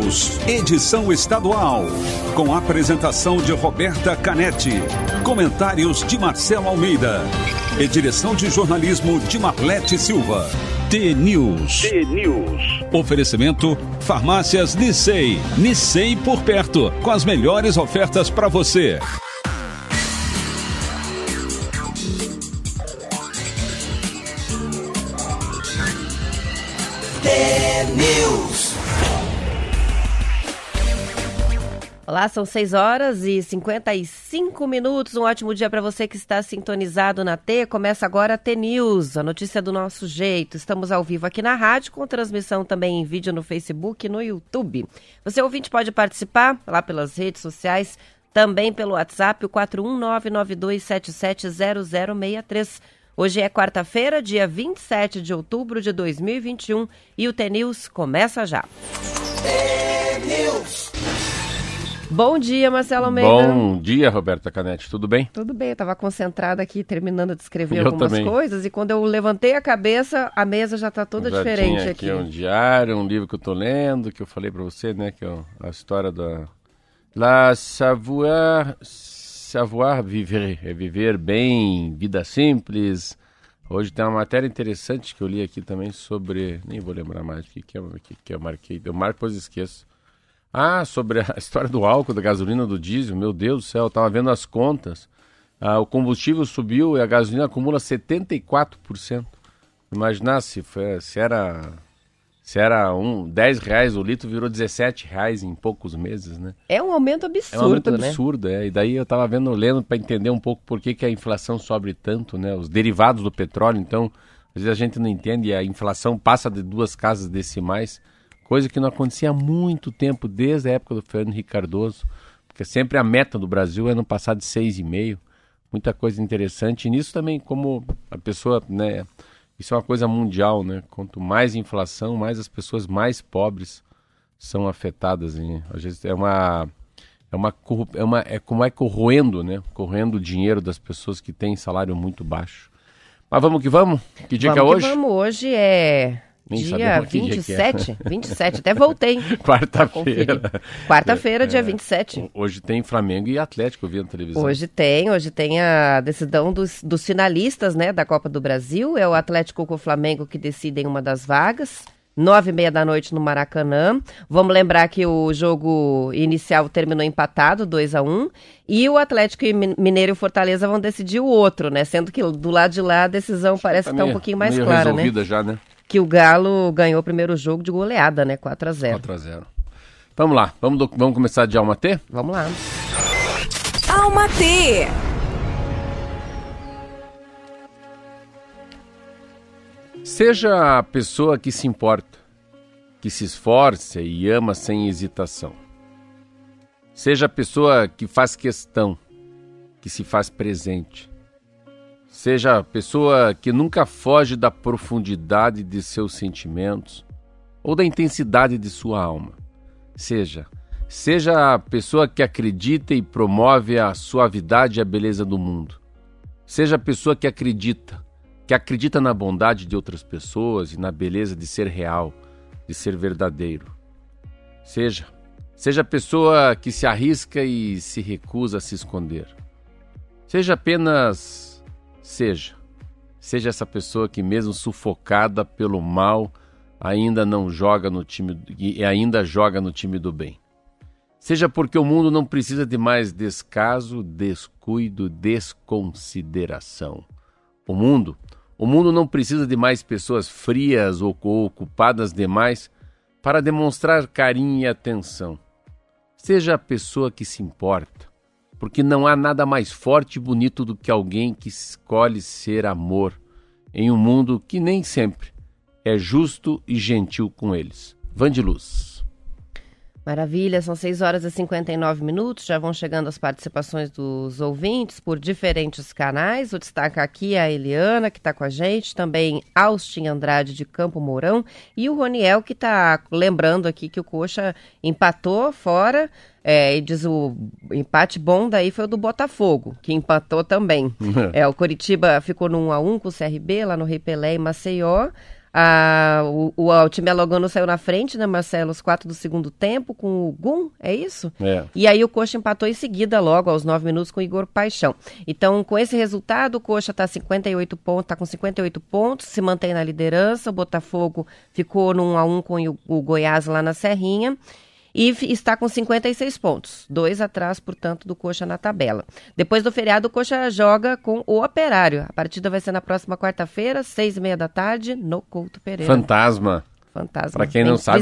News, edição estadual, com a apresentação de Roberta Canetti, comentários de Marcelo Almeida e direção de jornalismo de Marlete Silva. T-News. Oferecimento Farmácias Nissei. Nissei por perto, com as melhores ofertas para você. T-News. Olá, são 6h55. Um ótimo dia para você que está sintonizado na T. Começa agora a T-News, a notícia do nosso jeito. Estamos ao vivo aqui na rádio, com transmissão também em vídeo no Facebook e no YouTube. Você, ouvinte, pode participar lá pelas redes sociais, também pelo WhatsApp, o 41992770063. Hoje é quarta-feira, dia 27 de outubro de 2021 e o T-News começa já. T-News. Bom dia, Marcelo Almeida. Bom dia, Roberta Canetti. Tudo bem? Tudo bem, eu estava concentrada aqui, terminando de escrever algumas coisas, e quando eu levantei a cabeça, a mesa já está toda diferente tinha aqui. Um diário, um livro que eu estou lendo, que eu falei para você, né, que é a história da... Savoir vivre, é viver bem, vida simples. Hoje tem uma matéria interessante que eu li aqui também sobre... Nem vou lembrar mais o que eu marquei. Eu marco, depois esqueço. Sobre a história do álcool, da gasolina, do diesel. Meu Deus do céu, eu estava vendo as contas. O combustível subiu e a gasolina acumula 74%. Imaginar se era 10 reais o litro, virou 17 reais em poucos meses, né? É um aumento absurdo, É um aumento absurdo, E daí eu estava lendo para entender um pouco por que a inflação sobe tanto, né? Os derivados do petróleo, então, às vezes a gente não entende, a inflação passa de 2 casas decimais, coisa que não acontecia há muito tempo, desde a época do Fernando Henrique Cardoso, porque sempre a meta do Brasil é no passado de 6,5%, muita coisa interessante. E nisso também, como a pessoa, né, isso é uma coisa mundial, né? Quanto mais inflação, mais as pessoas mais pobres são afetadas. Hein? Às vezes corroendo, né? Corroendo o dinheiro das pessoas que têm salário muito baixo. Mas vamos que vamos? Que dia que é hoje? Hoje é... Dia 27? 27, até voltei. Quarta-feira. Quarta-feira, dia 27. Hoje tem Flamengo e Atlético, eu vi na televisão. Hoje tem a decisão dos finalistas, né, da Copa do Brasil. É o Atlético com o Flamengo que decidem uma das vagas. 9h30 da noite no Maracanã. Vamos lembrar que o jogo inicial terminou empatado, 2-1. E o Atlético Mineiro e o Fortaleza vão decidir o outro, né? Sendo que do lado de lá a decisão parece estar um pouquinho mais clara, né? Resolvida já, né? Que o Galo ganhou o primeiro jogo de goleada, né? 4-0. 4-0. Vamos lá, vamos começar de Alma T? Vamos lá. Alma T. Seja a pessoa que se importa, que se esforça e ama sem hesitação. Seja a pessoa que faz questão, que se faz presente. Seja a pessoa que nunca foge da profundidade de seus sentimentos ou da intensidade de sua alma. Seja a pessoa que acredita e promove a suavidade e a beleza do mundo. Seja a pessoa que acredita na bondade de outras pessoas e na beleza de ser real, de ser verdadeiro. Seja a pessoa que se arrisca e se recusa a se esconder. Seja essa pessoa que, mesmo sufocada pelo mal, ainda joga no time do bem. Seja porque o mundo não precisa de mais descaso, descuido, desconsideração. O mundo não precisa de mais pessoas frias ou ocupadas demais para demonstrar carinho e atenção. Seja a pessoa que se importa, porque não há nada mais forte e bonito do que alguém que escolhe ser amor em um mundo que nem sempre é justo e gentil com eles. Vandiluz. Maravilha, são 6h59, já vão chegando as participações dos ouvintes por diferentes canais. Vou destacar aqui a Eliana, que está com a gente, também Austin Andrade de Campo Mourão e o Roniel, que está lembrando aqui que o Coxa empatou fora, e diz o empate bom daí foi o do Botafogo, que empatou também. O Coritiba ficou no 1-1 com o CRB, lá no Rei Pelé e Maceió. O time alagoano saiu na frente, né, Marcelo? Os 4 do segundo tempo, com o Gum, é isso? É. E aí o Coxa empatou em seguida, logo aos 9 minutos, com o Igor Paixão. Então, com esse resultado, o Coxa está com 58 pontos, se mantém na liderança. O Botafogo ficou no 1-1 com o Goiás lá na Serrinha. E está com 56 pontos, 2 atrás, portanto, do Coxa na tabela. Depois do feriado, o Coxa joga com o Operário. A partida vai ser na próxima quarta-feira, 6h30 da tarde, no Couto Pereira. Fantasma. Para quem não sabe,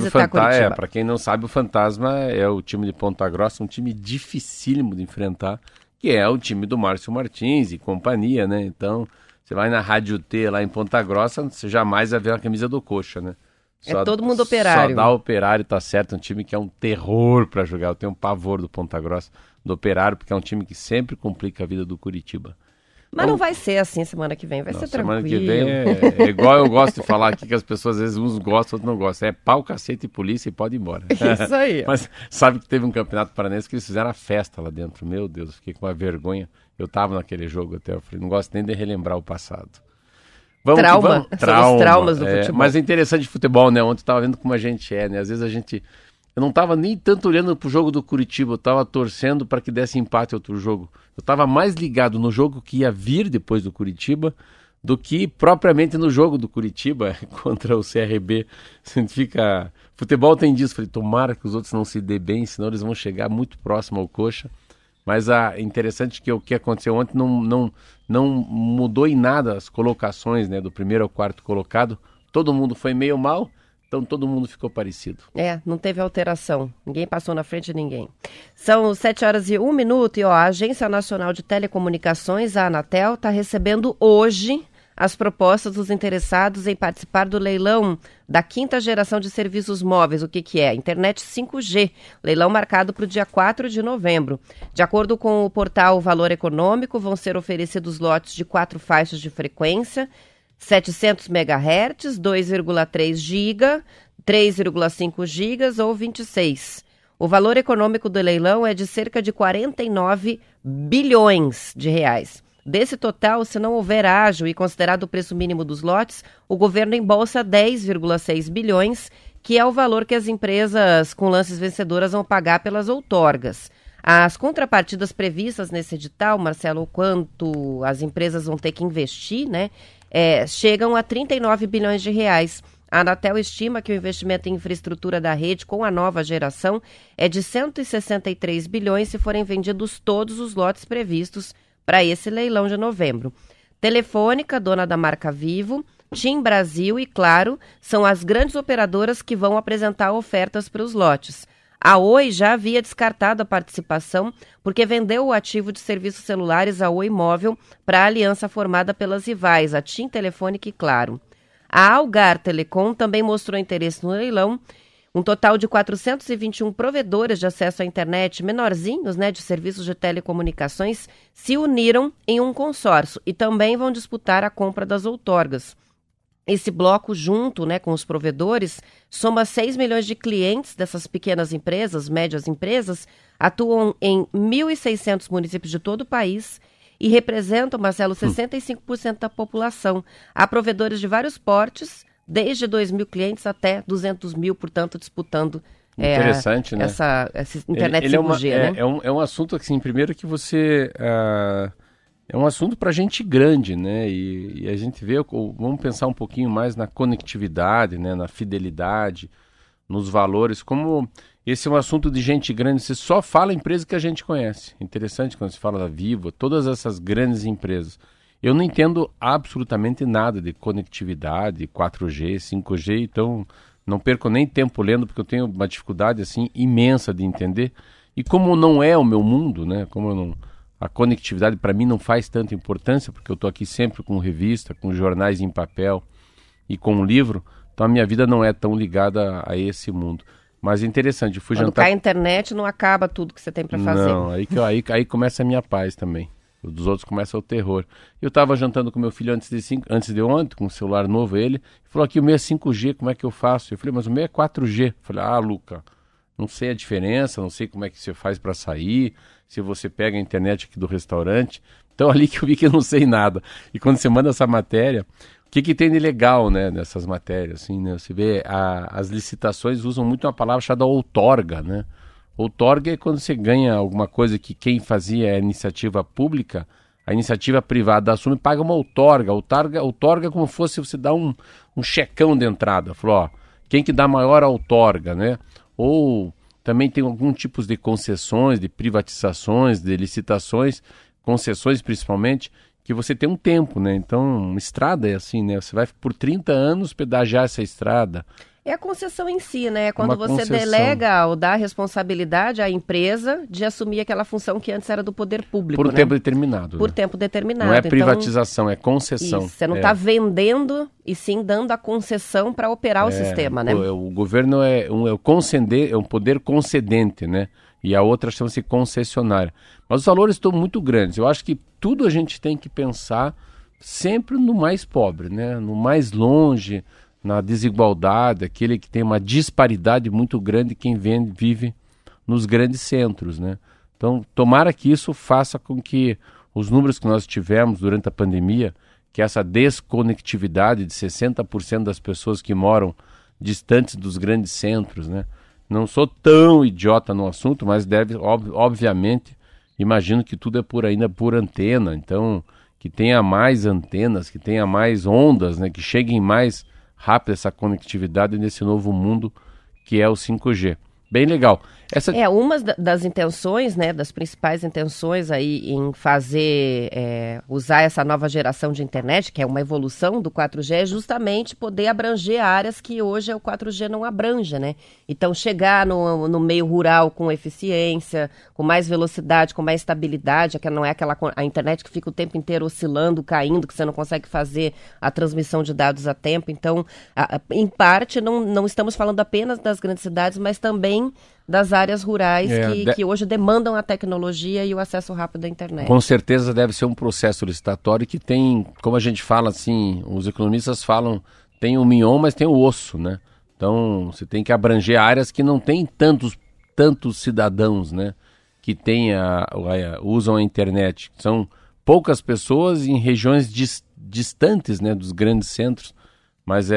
o Fantasma é o time de Ponta Grossa, um time dificílimo de enfrentar, que é o time do Márcio Martins e companhia, né? Então, você vai na Rádio T lá em Ponta Grossa, você jamais vai ver a camisa do Coxa, né? Todo mundo Operário. Só dá Operário, tá certo, um time que é um terror para jogar. Eu tenho um pavor do Ponta Grossa, do Operário, porque é um time que sempre complica a vida do Curitiba. Mas não vai ser assim semana que vem, vai ser tranquilo. Semana que vem é igual eu gosto de falar aqui, que as pessoas às vezes uns gostam, outros não gostam. É pau, cacete e polícia e pode ir embora. Isso aí. Mas sabe que teve um campeonato paranense que eles fizeram a festa lá dentro. Meu Deus, fiquei com uma vergonha. Eu tava naquele jogo até, eu falei, não gosto nem de relembrar o passado. São os traumas do futebol. Mas é interessante de futebol, né? Ontem eu tava vendo como a gente é, né? Às vezes eu não tava nem tanto olhando pro jogo do Curitiba, eu tava torcendo para que desse empate outro jogo. Eu tava mais ligado no jogo que ia vir depois do Curitiba do que propriamente no jogo do Curitiba contra o CRB. Futebol tem disso, falei, tomara que os outros não se dê bem, senão eles vão chegar muito próximo ao Coxa. Mas interessante que o que aconteceu ontem não mudou em nada as colocações, né, do primeiro ao quarto colocado. Todo mundo foi meio mal, então todo mundo ficou parecido. Não teve alteração. Ninguém passou na frente de ninguém. São 7h01 e a Agência Nacional de Telecomunicações, a Anatel, está recebendo hoje as propostas dos interessados em participar do leilão da 5ª geração de serviços móveis. O que é? Internet 5G. Leilão marcado para o dia 4 de novembro. De acordo com o portal Valor Econômico, vão ser oferecidos lotes de 4 faixas de frequência, 700 MHz, 2,3 GB, 3,5 GB ou 26. O valor econômico do leilão é de cerca de 49 bilhões de reais. Desse total, se não houver ágio e considerado o preço mínimo dos lotes, o governo embolsa 10,6 bilhões, que é o valor que as empresas com lances vencedoras vão pagar pelas outorgas. As contrapartidas previstas nesse edital, Marcelo, quanto as empresas vão ter que investir, né, chegam a 39 bilhões de reais. A Anatel estima que o investimento em infraestrutura da rede com a nova geração é de 163 bilhões se forem vendidos todos os lotes previstos para esse leilão de novembro. Telefônica, dona da marca Vivo, TIM Brasil e Claro são as grandes operadoras que vão apresentar ofertas para os lotes. A Oi já havia descartado a participação porque vendeu o ativo de serviços celulares à Oi Móvel para a aliança formada pelas rivais, a TIM Telefônica e Claro. A Algar Telecom também mostrou interesse no leilão. Um total de 421 provedores de acesso à internet menorzinhos, né, de serviços de telecomunicações, se uniram em um consórcio e também vão disputar a compra das outorgas. Esse bloco, junto, né, com os provedores, soma 6 milhões de clientes dessas pequenas empresas, médias empresas, atuam em 1.600 municípios de todo o país e representam, Marcelo, 65% da população. Há provedores de vários portes, desde 2 mil clientes até 200 mil, portanto, disputando interessante, né? essa internet 5G, né? É um assunto, assim, primeiro que você... é um assunto para gente grande, né? E a gente vê, vamos pensar um pouquinho mais na conectividade, né? Na fidelidade, nos valores. Como esse é um assunto de gente grande, você só fala empresa que a gente conhece. Interessante quando se fala da Vivo, todas essas grandes empresas. Eu não entendo absolutamente nada de conectividade, 4G, 5G, então não perco nem tempo lendo, porque eu tenho uma dificuldade assim imensa de entender. E como não é o meu mundo, né? A conectividade para mim não faz tanta importância, porque eu estou aqui sempre com revista, com jornais em papel e com um livro, então a minha vida não é tão ligada a esse mundo. Mas é interessante, eu fui jantar... Quando cai a internet não acaba tudo que você tem para fazer. Não, aí começa a minha paz também. Dos outros começa o terror. Eu estava jantando com meu filho antes de ontem, com um celular novo, ele falou aqui, o meu é 5G, como é que eu faço? Eu falei, mas o meu é 4G. Eu falei, Luca, não sei a diferença, não sei como é que você faz para sair, se você pega a internet aqui do restaurante. Então ali que eu vi que eu não sei nada. E quando você manda essa matéria, o que tem de legal, né, nessas matérias? Assim, né? Você vê, as licitações usam muito uma palavra chamada outorga, né? Outorga é quando você ganha alguma coisa que quem fazia é iniciativa pública, a iniciativa privada assume e paga uma outorga. Outorga é como fosse você dar um checão de entrada. Falou, ó, quem que dá maior outorga, né? Ou também tem algum tipos de concessões, de privatizações, de licitações, concessões principalmente, que você tem um tempo, né? Então, estrada é assim, né? Você vai por 30 anos pedagiar essa estrada. É a concessão em si, né? Quando Uma você concessão. delega ou dá responsabilidade à empresa de assumir aquela função que antes era do poder público, Por um tempo determinado. Por né? tempo determinado. Não é privatização, é concessão. Isso, você não está vendendo e sim dando a concessão para operar o sistema, né? O governo é um poder concedente, né? E a outra chama-se concessionária. Mas os valores estão muito grandes. Eu acho que tudo a gente tem que pensar sempre no mais pobre, né? No mais longe, na desigualdade, aquele que tem uma disparidade muito grande quem vive nos grandes centros, né? Então, tomara que isso faça com que os números que nós tivemos durante a pandemia, que essa desconectividade de 60% das pessoas que moram distantes dos grandes centros, né? Não sou tão idiota no assunto, mas obviamente, imagino que tudo é ainda por antena, então que tenha mais antenas, que tenha mais ondas, né? Que cheguem mais rápido essa conectividade nesse novo mundo que é o 5G. Bem legal. Uma das intenções, né, das principais intenções aí em fazer, usar essa nova geração de internet, que é uma evolução do 4G, é justamente poder abranger áreas que hoje o 4G não abrange, né? Então, chegar no meio rural com eficiência, com mais velocidade, com mais estabilidade, que não é a internet que fica o tempo inteiro oscilando, caindo, que você não consegue fazer a transmissão de dados a tempo. Então, em parte, não estamos falando apenas das grandes cidades, mas também das áreas rurais que hoje demandam a tecnologia e o acesso rápido à internet. Com certeza deve ser um processo licitatório que tem, como a gente fala assim, os economistas falam, tem o mignon, mas tem o osso, né? Então você tem que abranger áreas que não tem tantos cidadãos, né? Que usam a internet. São poucas pessoas em regiões distantes, né, dos grandes centros, mas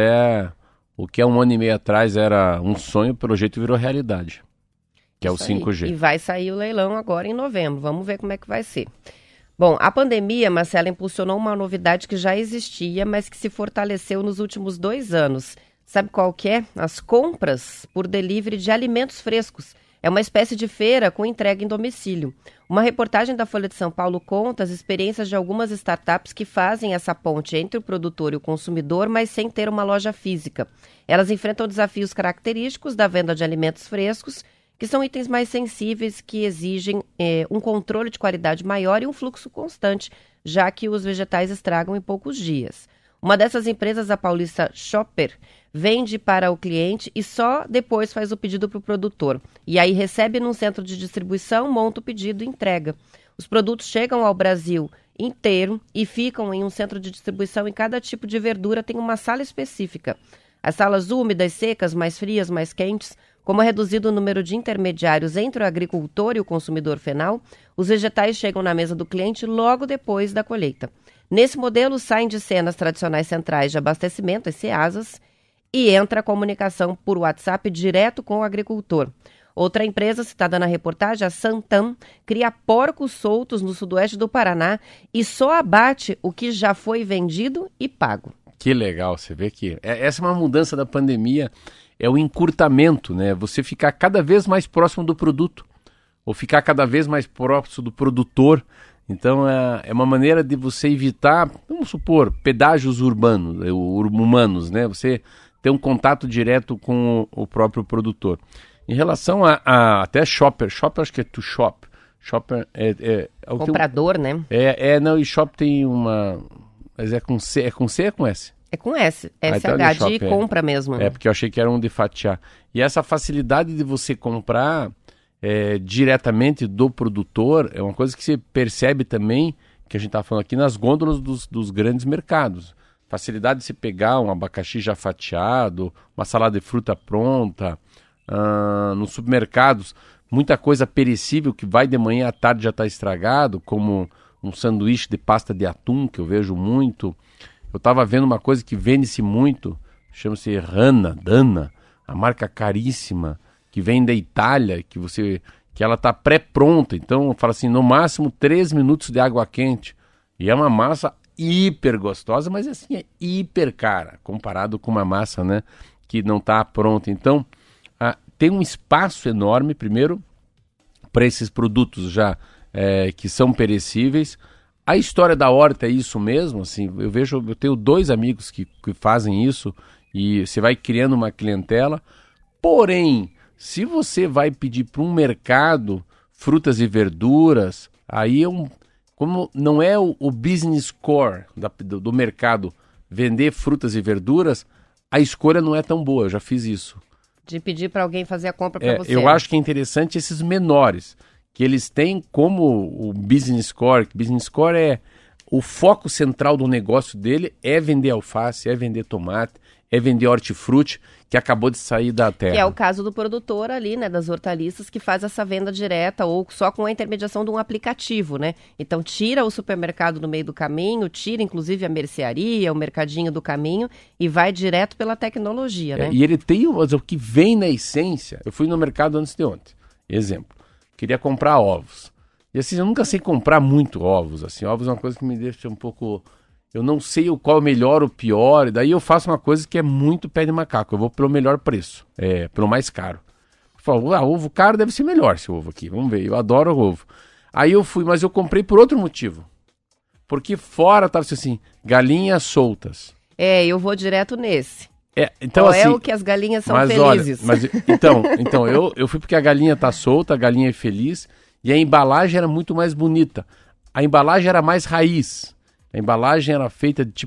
o que há 1 ano e meio atrás era um sonho, pelo jeito virou realidade, que é o 5G. E vai sair o leilão agora em novembro, vamos ver como é que vai ser. Bom, a pandemia, Marcela, impulsionou uma novidade que já existia, mas que se fortaleceu nos últimos 2 anos. Sabe qual que é? As compras por delivery de alimentos frescos. É uma espécie de feira com entrega em domicílio. Uma reportagem da Folha de São Paulo conta as experiências de algumas startups que fazem essa ponte entre o produtor e o consumidor, mas sem ter uma loja física. Elas enfrentam desafios característicos da venda de alimentos frescos, que são itens mais sensíveis que exigem um controle de qualidade maior e um fluxo constante, já que os vegetais estragam em poucos dias. Uma dessas empresas, a paulista Shopper, vende para o cliente e só depois faz o pedido para o produtor. E aí recebe num centro de distribuição, monta o pedido e entrega. Os produtos chegam ao Brasil inteiro e ficam em um centro de distribuição e cada tipo de verdura tem uma sala específica. As salas úmidas, secas, mais frias, mais quentes, como é reduzido o número de intermediários entre o agricultor e o consumidor final, os vegetais chegam na mesa do cliente logo depois da colheita. Nesse modelo, saem de cena as tradicionais centrais de abastecimento, as CEASAs, e entra a comunicação por WhatsApp direto com o agricultor. Outra empresa citada na reportagem, a Santam, cria porcos soltos no sudoeste do Paraná e só abate o que já foi vendido e pago. Que legal, você vê que essa é uma mudança da pandemia, é o encurtamento, né? Você ficar cada vez mais próximo do produto, ou ficar cada vez mais próximo do produtor. Então é uma maneira de você evitar, vamos supor, pedágios humanos, né? Você ter um contato direto com o próprio produtor. Em relação a até Shopper acho que é to shop. Shopper comprador, né? Não, e shop tem uma... Mas é com C ou com S? É com S. SH de compra mesmo. É, porque eu achei que era um de fatiar. E essa facilidade de você comprar diretamente do produtor é uma coisa que você percebe também, que a gente está falando aqui, nas gôndolas dos grandes mercados. Facilidade de se pegar um abacaxi já fatiado, uma salada de fruta pronta, nos supermercados, muita coisa perecível que vai de manhã à tarde já está estragado, como um sanduíche de pasta de atum, que eu vejo muito. Eu estava vendo uma coisa que vende-se muito, chama-se Dana, a marca caríssima, que vem da Itália, que ela está pré-pronta. Então, fala assim, no máximo 3 minutos de água quente. E é uma massa hiper gostosa, mas assim, é hiper cara, comparado com uma massa, né, que não está pronta. Então, tem um espaço enorme, primeiro, para esses produtos já que são perecíveis. A história da horta é isso mesmo, assim, eu tenho 2 amigos que fazem isso e você vai criando uma clientela. Porém, se você vai pedir para um mercado frutas e verduras, aí como não é o business core do mercado vender frutas e verduras, a escolha não é tão boa, eu já fiz isso. De pedir para alguém fazer a compra para você. Eu acho que é interessante esses menores, que eles têm como o business core. Business core é o foco central do negócio dele, é vender alface, é vender tomate, é vender hortifruti, que acabou de sair da terra. Que é o caso do produtor ali, né, das hortaliças, que faz essa venda direta ou só com a intermediação de um aplicativo, né? Então tira o supermercado no meio do caminho, tira inclusive a mercearia, o mercadinho do caminho e vai direto pela tecnologia, né? E ele tem o que vem na essência. Eu fui no mercado antes de ontem, exemplo, queria comprar ovos. E assim, eu nunca sei comprar muito ovos, assim, ovos é uma coisa que me deixa um pouco... Eu não sei qual é o melhor ou o pior, e daí eu faço uma coisa que é muito pé de macaco, eu vou pelo melhor preço, pelo mais caro. Eu falo, ovo caro deve ser melhor esse ovo aqui, vamos ver, eu adoro ovo. Aí eu fui, mas eu comprei por outro motivo, porque fora estava assim, galinhas soltas. Eu vou direto nesse. Então, qual assim, é o que as galinhas são felizes? Olha, então eu fui porque a galinha tá solta, a galinha é feliz, e a embalagem era muito mais bonita, a embalagem era mais raiz. A embalagem era feita de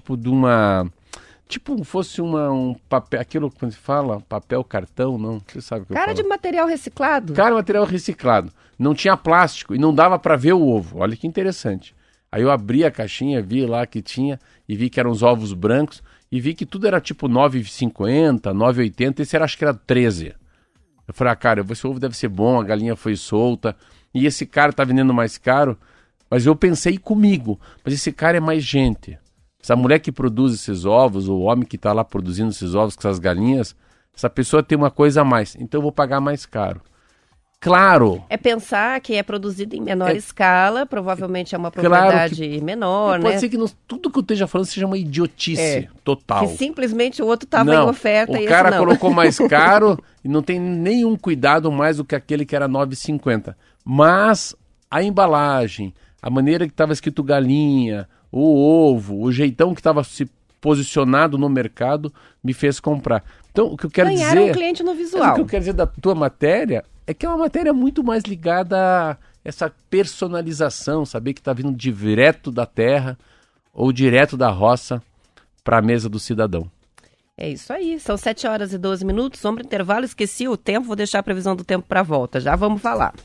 fosse um papel, aquilo que se fala, papel cartão, não, você sabe o que eu falo. De material reciclado. Material reciclado. Não tinha plástico e não dava para ver o ovo, olha que interessante. Aí eu abri a caixinha, vi lá que tinha e vi que eram os ovos brancos e vi que tudo era tipo 9,50, 9,80, esse acho que era 13. Eu falei, cara, esse ovo deve ser bom, a galinha foi solta e esse cara tá vendendo mais caro. Mas eu pensei comigo, mas esse cara é mais gente. Essa mulher que produz esses ovos, o homem que está lá produzindo esses ovos com essas galinhas, essa pessoa tem uma coisa a mais, então eu vou pagar mais caro. Claro! É pensar que é produzido em menor escala, provavelmente é uma propriedade menor, né? Pode ser que tudo que eu esteja falando seja uma idiotice total. Que simplesmente o outro estava em oferta e o cara colocou mais caro e não tem nenhum cuidado mais do que aquele que era 9,50. Mas a embalagem... A maneira que estava escrito galinha, o ovo, o jeitão que estava se posicionado no mercado me fez comprar. Então, o que eu quero dizer... Ganharam um cliente no visual. O que eu quero dizer da tua matéria é que é uma matéria muito mais ligada a essa personalização, saber que está vindo direto da terra ou direto da roça para a mesa do cidadão. É isso aí, são 7h12, vamos para o intervalo, esqueci o tempo, vou deixar a previsão do tempo para a volta, já vamos falar.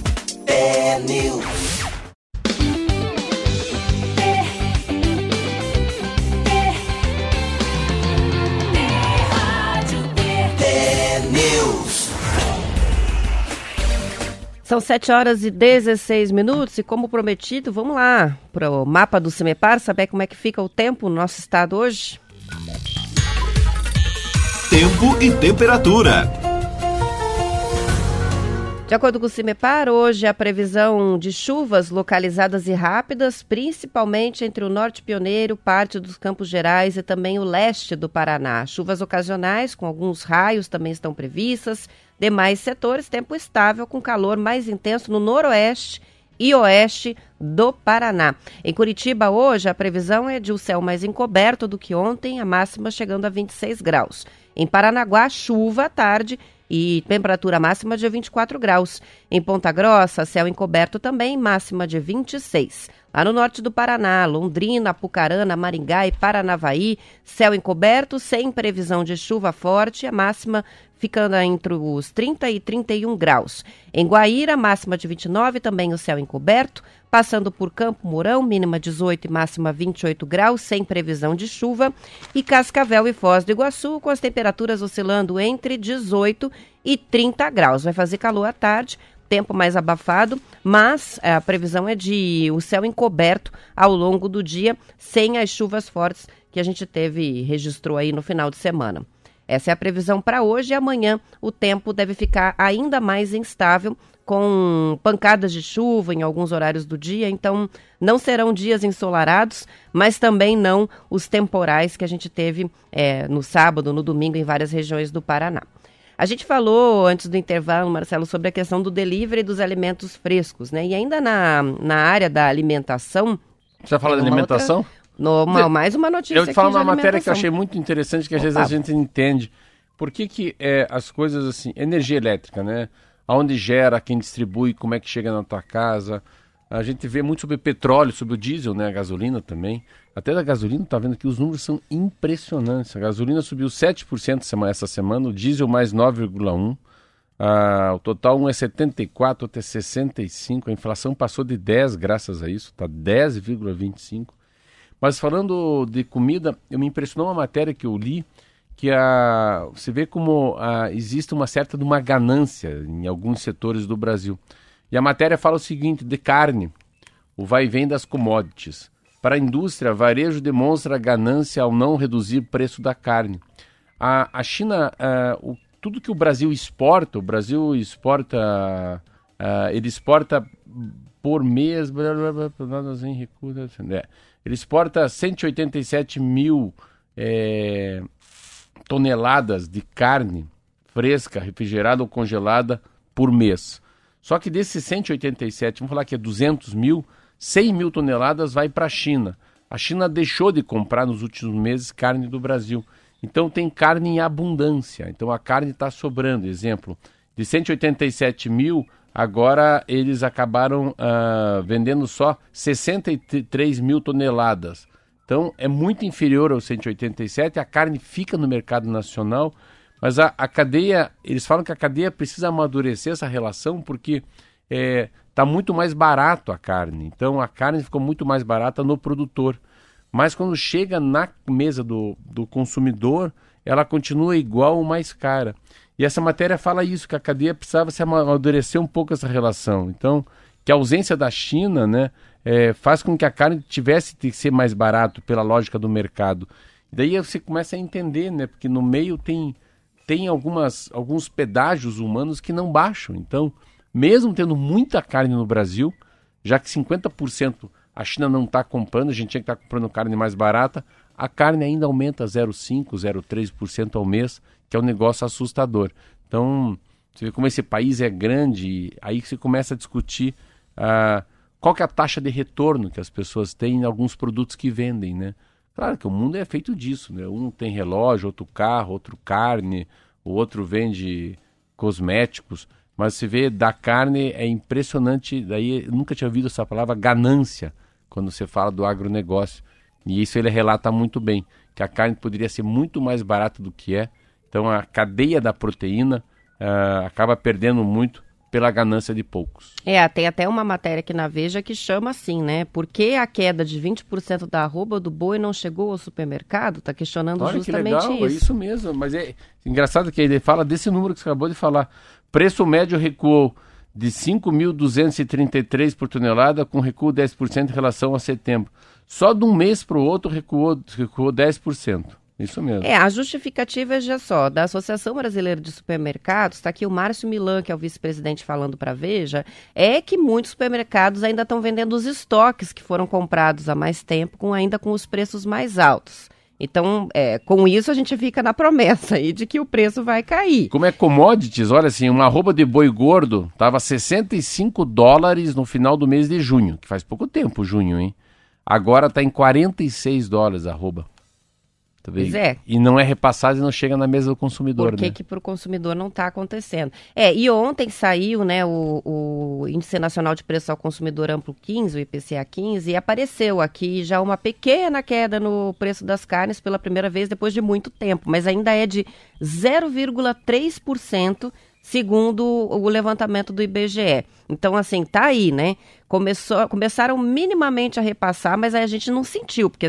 São 7h16 e como prometido, vamos lá para o mapa do CIMEPAR, saber como é que fica o tempo no nosso estado hoje. Tempo e temperatura. De acordo com o CIMEPAR, hoje a previsão de chuvas localizadas e rápidas, principalmente entre o Norte Pioneiro, parte dos Campos Gerais e também o leste do Paraná. Chuvas ocasionais com alguns raios também estão previstas. Demais setores, tempo estável com calor mais intenso no noroeste e oeste do Paraná. Em Curitiba hoje a previsão é de um céu mais encoberto do que ontem, a máxima chegando a 26 graus. Em Paranaguá, chuva à tarde e temperatura máxima de 24 graus. Em Ponta Grossa, céu encoberto também, máxima de 26. Lá no norte do Paraná, Londrina, Apucarana, Maringá e Paranavaí, céu encoberto, sem previsão de chuva forte, a máxima ficando entre os 30 e 31 graus. Em Guaíra, máxima de 29, também o céu encoberto, passando por Campo Mourão, mínima 18 e máxima 28 graus, sem previsão de chuva. E Cascavel e Foz do Iguaçu, com as temperaturas oscilando entre 18 e 30 graus. Vai fazer calor à tarde, tempo mais abafado, mas a previsão é de o céu encoberto ao longo do dia, sem as chuvas fortes que a gente registrou aí no final de semana. Essa é a previsão para hoje, e amanhã o tempo deve ficar ainda mais instável, com pancadas de chuva em alguns horários do dia, então não serão dias ensolarados, mas também não os temporais que a gente teve no sábado, no domingo, em várias regiões do Paraná. A gente falou antes do intervalo, Marcelo, sobre a questão do delivery dos alimentos frescos, né? E ainda na área da alimentação... Você fala de alimentação? Mais uma notícia aqui de alimentação. Eu te falo uma matéria que eu achei muito interessante, que às vezes a gente entende. Por que as coisas assim... Energia elétrica, né? Aonde gera, quem distribui, como é que chega na tua casa. A gente vê muito sobre petróleo, sobre o diesel, né? A gasolina também. Até da gasolina, tá vendo que os números são impressionantes. A gasolina subiu 7% essa semana, o diesel mais 9,1%. O total um é 74, outro é 65. A inflação passou de 10 graças a isso, tá 10,25. Mas falando de comida, eu me impressionou uma matéria que eu li, que você vê como existe uma certa uma ganância em alguns setores do Brasil. E a matéria fala o seguinte, de carne, o vai e vem das commodities. Para a indústria, varejo demonstra ganância ao não reduzir o preço da carne. A China, tudo que o Brasil exporta, ele exporta por mês, ele exporta 187 mil toneladas de carne fresca, refrigerada ou congelada por mês. Só que desses 187, vamos falar que é 200 mil, 100 mil toneladas vai para a China. A China deixou de comprar nos últimos meses carne do Brasil. Então tem carne em abundância. Então a carne está sobrando. Exemplo, de 187 mil, agora eles acabaram vendendo só 63 mil toneladas. Então é muito inferior aos 187, a carne fica no mercado nacional, mas a cadeia, eles falam que a cadeia precisa amadurecer essa relação porque está muito mais barato a carne. Então a carne ficou muito mais barata no produtor. Mas quando chega na mesa do consumidor, ela continua igual ou mais cara. E essa matéria fala isso, que a cadeia precisava se amadurecer um pouco essa relação. Então, que a ausência da China, né, faz com que a carne tivesse que ser mais barato pela lógica do mercado. E daí você começa a entender, né, porque no meio tem alguns pedágios humanos que não baixam. Então, mesmo tendo muita carne no Brasil, já que 50% a China não está comprando, a gente tinha que estar comprando carne mais barata, a carne ainda aumenta 0,5%, 0,3% ao mês, que é um negócio assustador. Então, você vê como esse país é grande, aí você começa a discutir qual que é a taxa de retorno que as pessoas têm em alguns produtos que vendem, né? Claro que o mundo é feito disso, né? Um tem relógio, outro carro, outro carne, o outro vende cosméticos, mas se vê da carne é impressionante, daí eu nunca tinha ouvido essa palavra ganância quando você fala do agronegócio. E isso ele relata muito bem, que a carne poderia ser muito mais barata do que é. Então a cadeia da proteína acaba perdendo muito pela ganância de poucos. Tem até uma matéria aqui na Veja que chama assim, né? Por que a queda de 20% da arroba do boi não chegou ao supermercado? Está questionando justamente que legal, isso. É isso mesmo, mas é engraçado que ele fala desse número que você acabou de falar. Preço médio recuou de 5.233 por tonelada, com recuo de 10% em relação a setembro. Só de um mês para o outro recuou 10%. Isso mesmo. A justificativa, já só, da Associação Brasileira de Supermercados, está aqui o Márcio Milan, que é o vice-presidente, falando para a Veja, é que muitos supermercados ainda estão vendendo os estoques que foram comprados há mais tempo, ainda com os preços mais altos. Então, com isso a gente fica na promessa aí de que o preço vai cair. Como é commodities, olha assim, uma arroba de boi gordo estava $65 no final do mês de junho, que faz pouco tempo, junho, hein? Agora está em $46 a arroba. Pois é. E não é repassado e não chega na mesa do consumidor. Por que para o consumidor não está acontecendo? E ontem saiu, né, o Índice Nacional de Preço ao Consumidor Amplo 15, o IPCA 15, e apareceu aqui já uma pequena queda no preço das carnes pela primeira vez depois de muito tempo, mas ainda é de 0,3%, segundo o levantamento do IBGE. Então, assim, tá aí, né? Começaram minimamente a repassar, mas aí a gente não sentiu, porque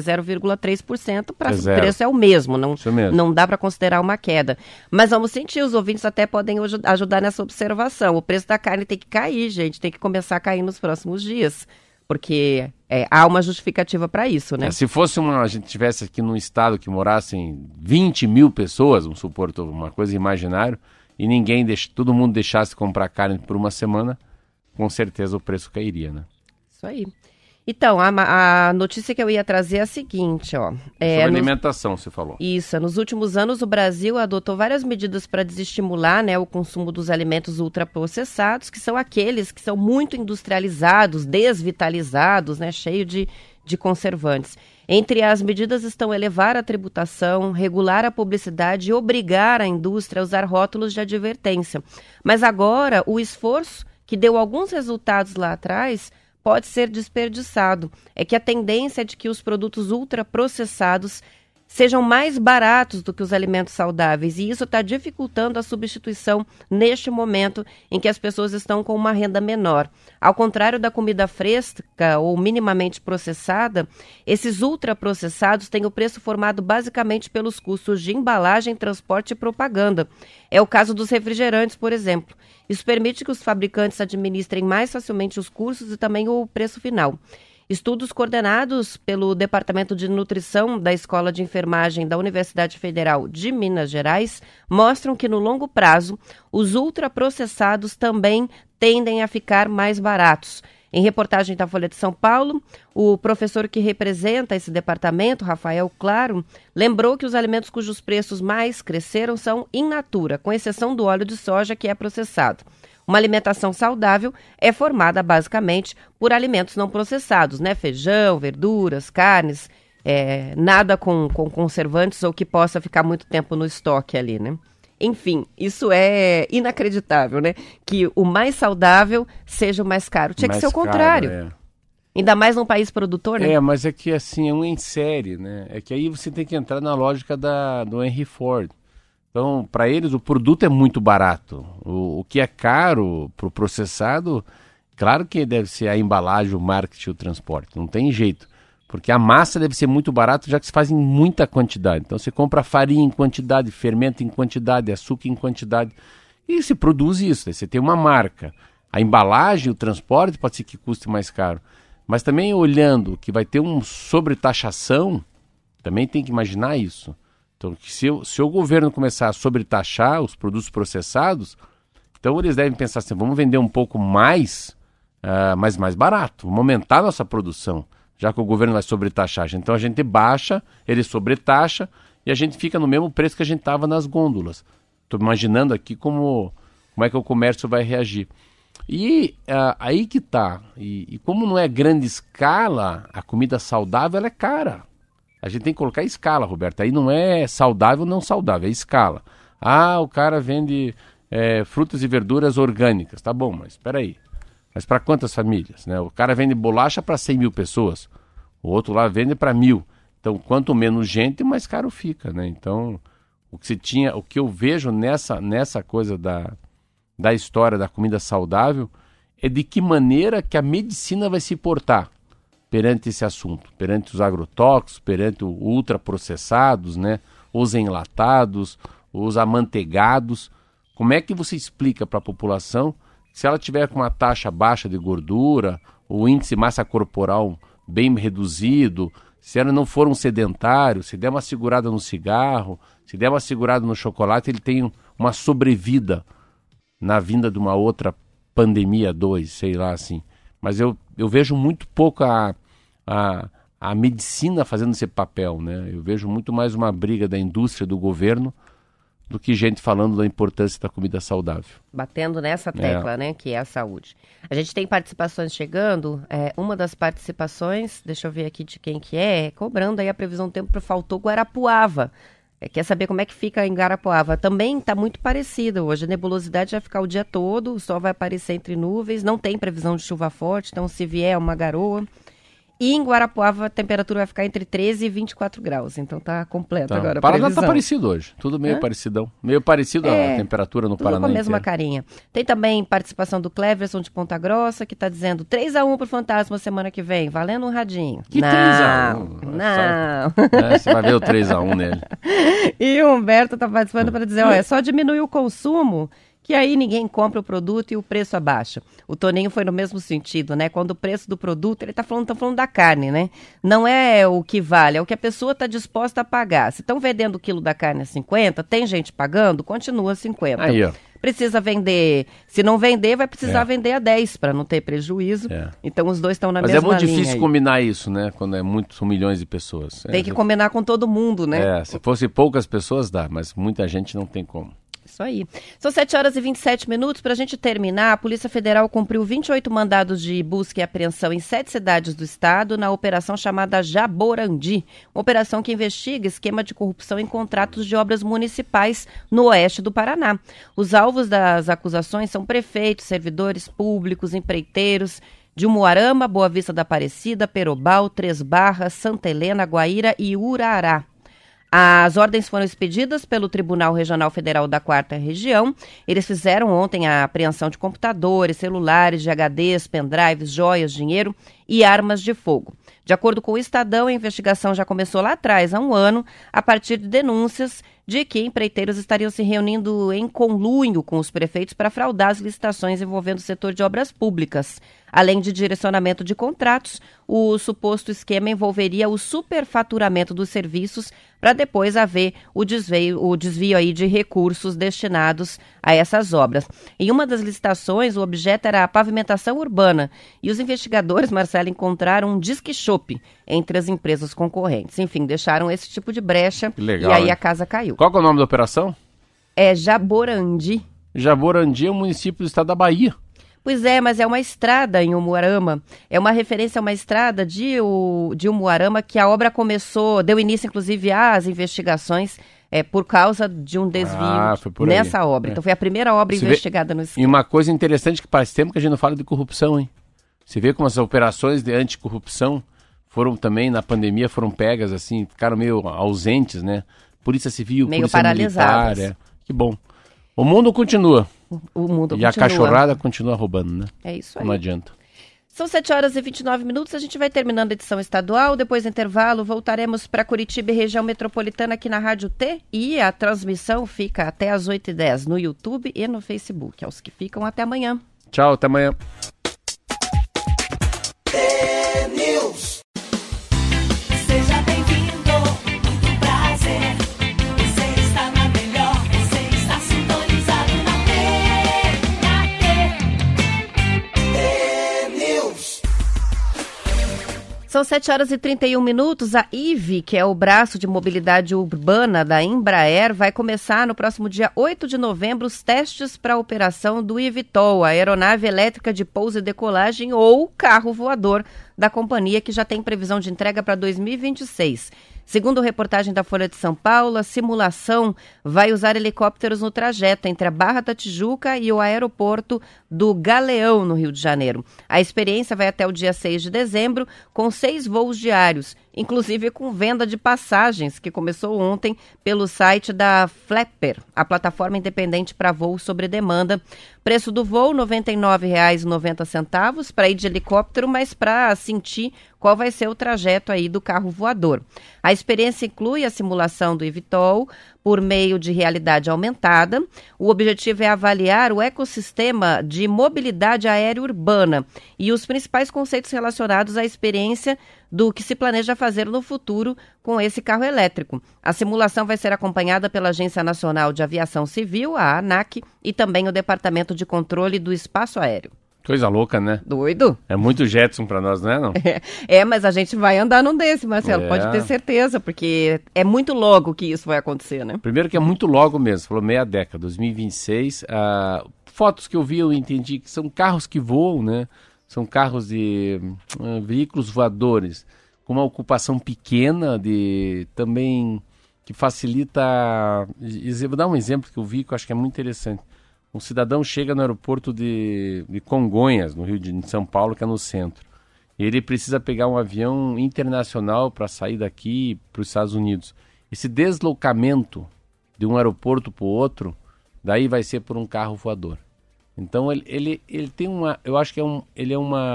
0,3% para o zero. preço é o mesmo, Isso mesmo. não dá para considerar uma queda. Mas vamos sentir, os ouvintes até podem ajudar nessa observação. O preço da carne tem que cair, gente, tem que começar a cair nos próximos dias, porque há uma justificativa para isso, né? Se fosse a gente tivesse aqui num estado que morassem 20 mil pessoas, vamos supor, uma coisa imaginária, e todo mundo deixasse de comprar carne por uma semana, com certeza o preço cairia, né? Isso aí. Então, a notícia que eu ia trazer é a seguinte, ó. Sobre alimentação, você falou. Isso, nos últimos anos o Brasil adotou várias medidas para desestimular, né, o consumo dos alimentos ultraprocessados, que são aqueles que são muito industrializados, desvitalizados, né, cheio de conservantes. Entre as medidas estão elevar a tributação, regular a publicidade e obrigar a indústria a usar rótulos de advertência. Mas agora o esforço, que deu alguns resultados lá atrás, pode ser desperdiçado. É que a tendência é de que os produtos ultraprocessados sejam mais baratos do que os alimentos saudáveis, e isso está dificultando a substituição neste momento em que as pessoas estão com uma renda menor. Ao contrário da comida fresca ou minimamente processada, esses ultraprocessados têm o preço formado basicamente pelos custos de embalagem, transporte e propaganda. É o caso dos refrigerantes, por exemplo. Isso permite que os fabricantes administrem mais facilmente os custos e também o preço final. Estudos coordenados pelo Departamento de Nutrição da Escola de Enfermagem da Universidade Federal de Minas Gerais mostram que, no longo prazo, os ultraprocessados também tendem a ficar mais baratos. Em reportagem da Folha de São Paulo, o professor que representa esse departamento, Rafael Claro, lembrou que os alimentos cujos preços mais cresceram são in natura, com exceção do óleo de soja, que é processado. Uma alimentação saudável é formada basicamente por alimentos não processados, né? Feijão, verduras, carnes, nada com conservantes ou que possa ficar muito tempo no estoque ali, né? Enfim, isso é inacreditável, né? Que o mais saudável seja o mais caro. Tinha que ser o contrário. Ainda mais num país produtor, né? Mas é que assim, é um em série, né? É que aí você tem que entrar na lógica do Henry Ford. Então, para eles, o produto é muito barato. O que é caro para o processado, claro que deve ser a embalagem, o marketing e o transporte. Não tem jeito. Porque a massa deve ser muito barata, já que se faz em muita quantidade. Então, você compra farinha em quantidade, fermento em quantidade, açúcar em quantidade. E se produz isso. Aí você tem uma marca. A embalagem, o transporte pode ser que custe mais caro. Mas também olhando que vai ter uma sobretaxação, também tem que imaginar isso. Então, se o governo começar a sobretaxar os produtos processados, então eles devem pensar assim, vamos vender um pouco mais, mas mais barato, vamos aumentar a nossa produção, já que o governo vai sobretaxar. Então a gente baixa, ele sobretaxa e a gente fica no mesmo preço que a gente estava nas gôndolas. Estou imaginando aqui como é que o comércio vai reagir. E aí que está. E como não é grande escala, a comida saudável ela é cara. A gente tem que colocar escala, Roberto. Aí não é saudável ou não saudável, é escala. O cara vende frutas e verduras orgânicas. Tá bom, mas espera aí. Mas para quantas famílias? Né? O cara vende bolacha para 100 mil pessoas. O outro lá vende para 1.000. Então, quanto menos gente, mais caro fica. Né? Então, o que eu vejo nessa coisa da história da comida saudável é de que maneira que a medicina vai se portar perante esse assunto, perante os agrotóxicos, perante os ultraprocessados, né? Os enlatados, os amanteigados. Como é que você explica para a população que se ela tiver com uma taxa baixa de gordura, o índice de massa corporal bem reduzido, se ela não for um sedentário, se der uma segurada no cigarro, se der uma segurada no chocolate, ele tem uma sobrevida na vinda de uma outra pandemia 2, sei lá assim. Mas eu vejo muito pouco a medicina fazendo esse papel, né? Eu vejo muito mais uma briga da indústria, do governo, do que gente falando da importância da comida saudável. Batendo nessa tecla, né, que é a saúde. A gente tem participações chegando. Uma das participações, deixa eu ver aqui de quem que cobrando aí a previsão do tempo, faltou Guarapuava. Quer saber como é que fica em Guarapuava? Também está muito parecido hoje. A nebulosidade vai ficar o dia todo, o sol vai aparecer entre nuvens, não tem previsão de chuva forte, então se vier uma garoa. E em Guarapuava a temperatura vai ficar entre 13 e 24 graus. Então tá completo agora a Paraná previsão. tá parecido hoje. Tudo meio parecidão. Meio parecido a temperatura no tudo Paraná com a mesma inteiro. carinha. Tem também participação do Cleverson de Ponta Grossa, que tá dizendo 3-1 pro Fantasma semana que vem, valendo um radinho. Que 3-1? Não. Você vai ver o 3-1 nele. E o Humberto tá participando para dizer, é só diminuir o consumo, que aí ninguém compra o produto e o preço abaixa. O Toninho foi no mesmo sentido, né? Quando o preço do produto, ele tá falando da carne, né? Não é o que vale, é o que a pessoa está disposta a pagar. Se estão vendendo o quilo da carne a 50, tem gente pagando, continua a 50. Aí, ó. Precisa vender, se não vender, vai precisar vender a 10 para não ter prejuízo. Então os dois estão na mesma linha. Mas é muito difícil combinar isso, né? Quando são milhões de pessoas. Tem que combinar com todo mundo, né? Se fosse poucas pessoas dá, mas muita gente não tem como. Isso aí. São 7h27. Para a gente terminar, a Polícia Federal cumpriu 28 mandados de busca e apreensão em 7 cidades do estado na operação chamada Jaborandi, uma operação que investiga esquema de corrupção em contratos de obras municipais no oeste do Paraná. Os alvos das acusações são prefeitos, servidores públicos, empreiteiros de Umuarama, Boa Vista da Aparecida, Perobal, Três Barras, Santa Helena, Guaíra e Urará. As ordens foram expedidas pelo Tribunal Regional Federal da 4ª Região. Eles fizeram ontem a apreensão de computadores, celulares, de HDs, pendrives, joias, dinheiro e armas de fogo. De acordo com o Estadão, a investigação já começou lá atrás, há um ano, a partir de denúncias de que empreiteiros estariam se reunindo em conluio com os prefeitos para fraudar as licitações envolvendo o setor de obras públicas. Além de direcionamento de contratos, o suposto esquema envolveria o superfaturamento dos serviços para depois haver o desvio aí de recursos destinados a essas obras. Em uma das licitações, o objeto era a pavimentação urbana e os investigadores, Marcelo, encontraram um disque-chope entre as empresas concorrentes. Enfim, deixaram esse tipo de brecha. Legal, e aí hein? a casa caiu. Qual que é o nome da operação? É Jaborandi. Jaborandi é um município do estado da Bahia. Pois é, mas é uma estrada em Umuarama. É uma referência a uma estrada de Umuarama que a obra deu início, inclusive, às investigações por causa de um desvio nessa obra. Então foi a primeira obra investigada no esquema. E uma coisa interessante que faz tempo que a gente não fala de corrupção, hein? Você vê como as operações de anticorrupção foram também, na pandemia, foram pegas, assim, ficaram meio ausentes, né? Polícia Civil, meio Polícia paralisadas. Militar. Que bom. O mundo continua. O mundo continua. E a cachorrada continua roubando, né? É isso aí. Não adianta. São 7h29. A gente vai terminando a edição estadual. Depois do intervalo, voltaremos para Curitiba e região metropolitana aqui na Rádio T. E a transmissão fica até às 8h10 no YouTube e no Facebook. Aos que ficam, até amanhã. Tchau, até amanhã. Seja bem-vindo, muito prazer. Você está na melhor, você está sintonizado na T-News. São 7h31. A IVE, que é o braço de mobilidade urbana da Embraer, vai começar no próximo dia 8 de novembro os testes para a operação do eVTOL, a aeronave elétrica de pouso e decolagem ou carro voador da companhia, que já tem previsão de entrega para 2026. Segundo reportagem da Folha de São Paulo, a simulação vai usar helicópteros no trajeto entre a Barra da Tijuca e o aeroporto do Galeão, no Rio de Janeiro. A experiência vai até o dia 6 de dezembro, com 6 voos diários, inclusive com venda de passagens, que começou ontem pelo site da Flapper, a plataforma independente para voo sobre demanda. Preço do voo, R$ 99,90 para ir de helicóptero, mas para sentir qual vai ser o trajeto aí do carro voador. A experiência inclui a simulação do eVTOL por meio de realidade aumentada. O objetivo é avaliar o ecossistema de mobilidade aérea urbana e os principais conceitos relacionados à experiência do que se planeja fazer no futuro com esse carro elétrico. A simulação vai ser acompanhada pela Agência Nacional de Aviação Civil, a ANAC, e também o Departamento de Controle do Espaço Aéreo. Coisa louca, né? Doido? É muito Jetson pra nós, não é, não? Mas a gente vai andar num desse, Marcelo, pode ter certeza, porque é muito logo que isso vai acontecer, né? Primeiro que é muito logo mesmo, falou meia década, 2026. Fotos que eu vi, eu entendi que são carros que voam, né? São carros de veículos voadores, com uma ocupação pequena, também que facilita... Vou dar um exemplo que eu vi que eu acho que é muito interessante. Um cidadão chega no aeroporto de Congonhas, no Rio de São Paulo, que é no centro. ele precisa pegar um avião internacional para sair daqui para os Estados Unidos. Esse deslocamento de um aeroporto para o outro, daí vai ser por um carro voador. Então ele tem uma, eu acho que ele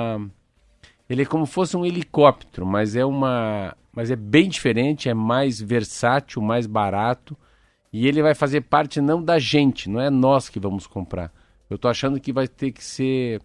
é como se fosse um helicóptero, mas é bem diferente, é mais versátil, mais barato, e ele vai fazer parte não da gente, não é nós que vamos comprar. Eu estou achando que vai ter que ser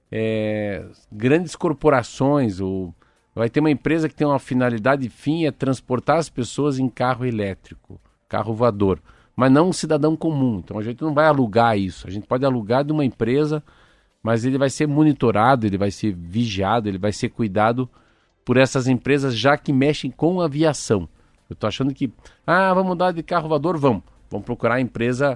grandes corporações, ou vai ter uma empresa que tem uma finalidade fim, é transportar as pessoas em carro elétrico, carro voador, mas não um cidadão comum. Então a gente não vai alugar isso, a gente pode alugar de uma empresa, mas ele vai ser monitorado, ele vai ser vigiado, ele vai ser cuidado por essas empresas já que mexem com aviação. Eu estou achando que, vamos mudar de carro voador, vamos procurar a empresa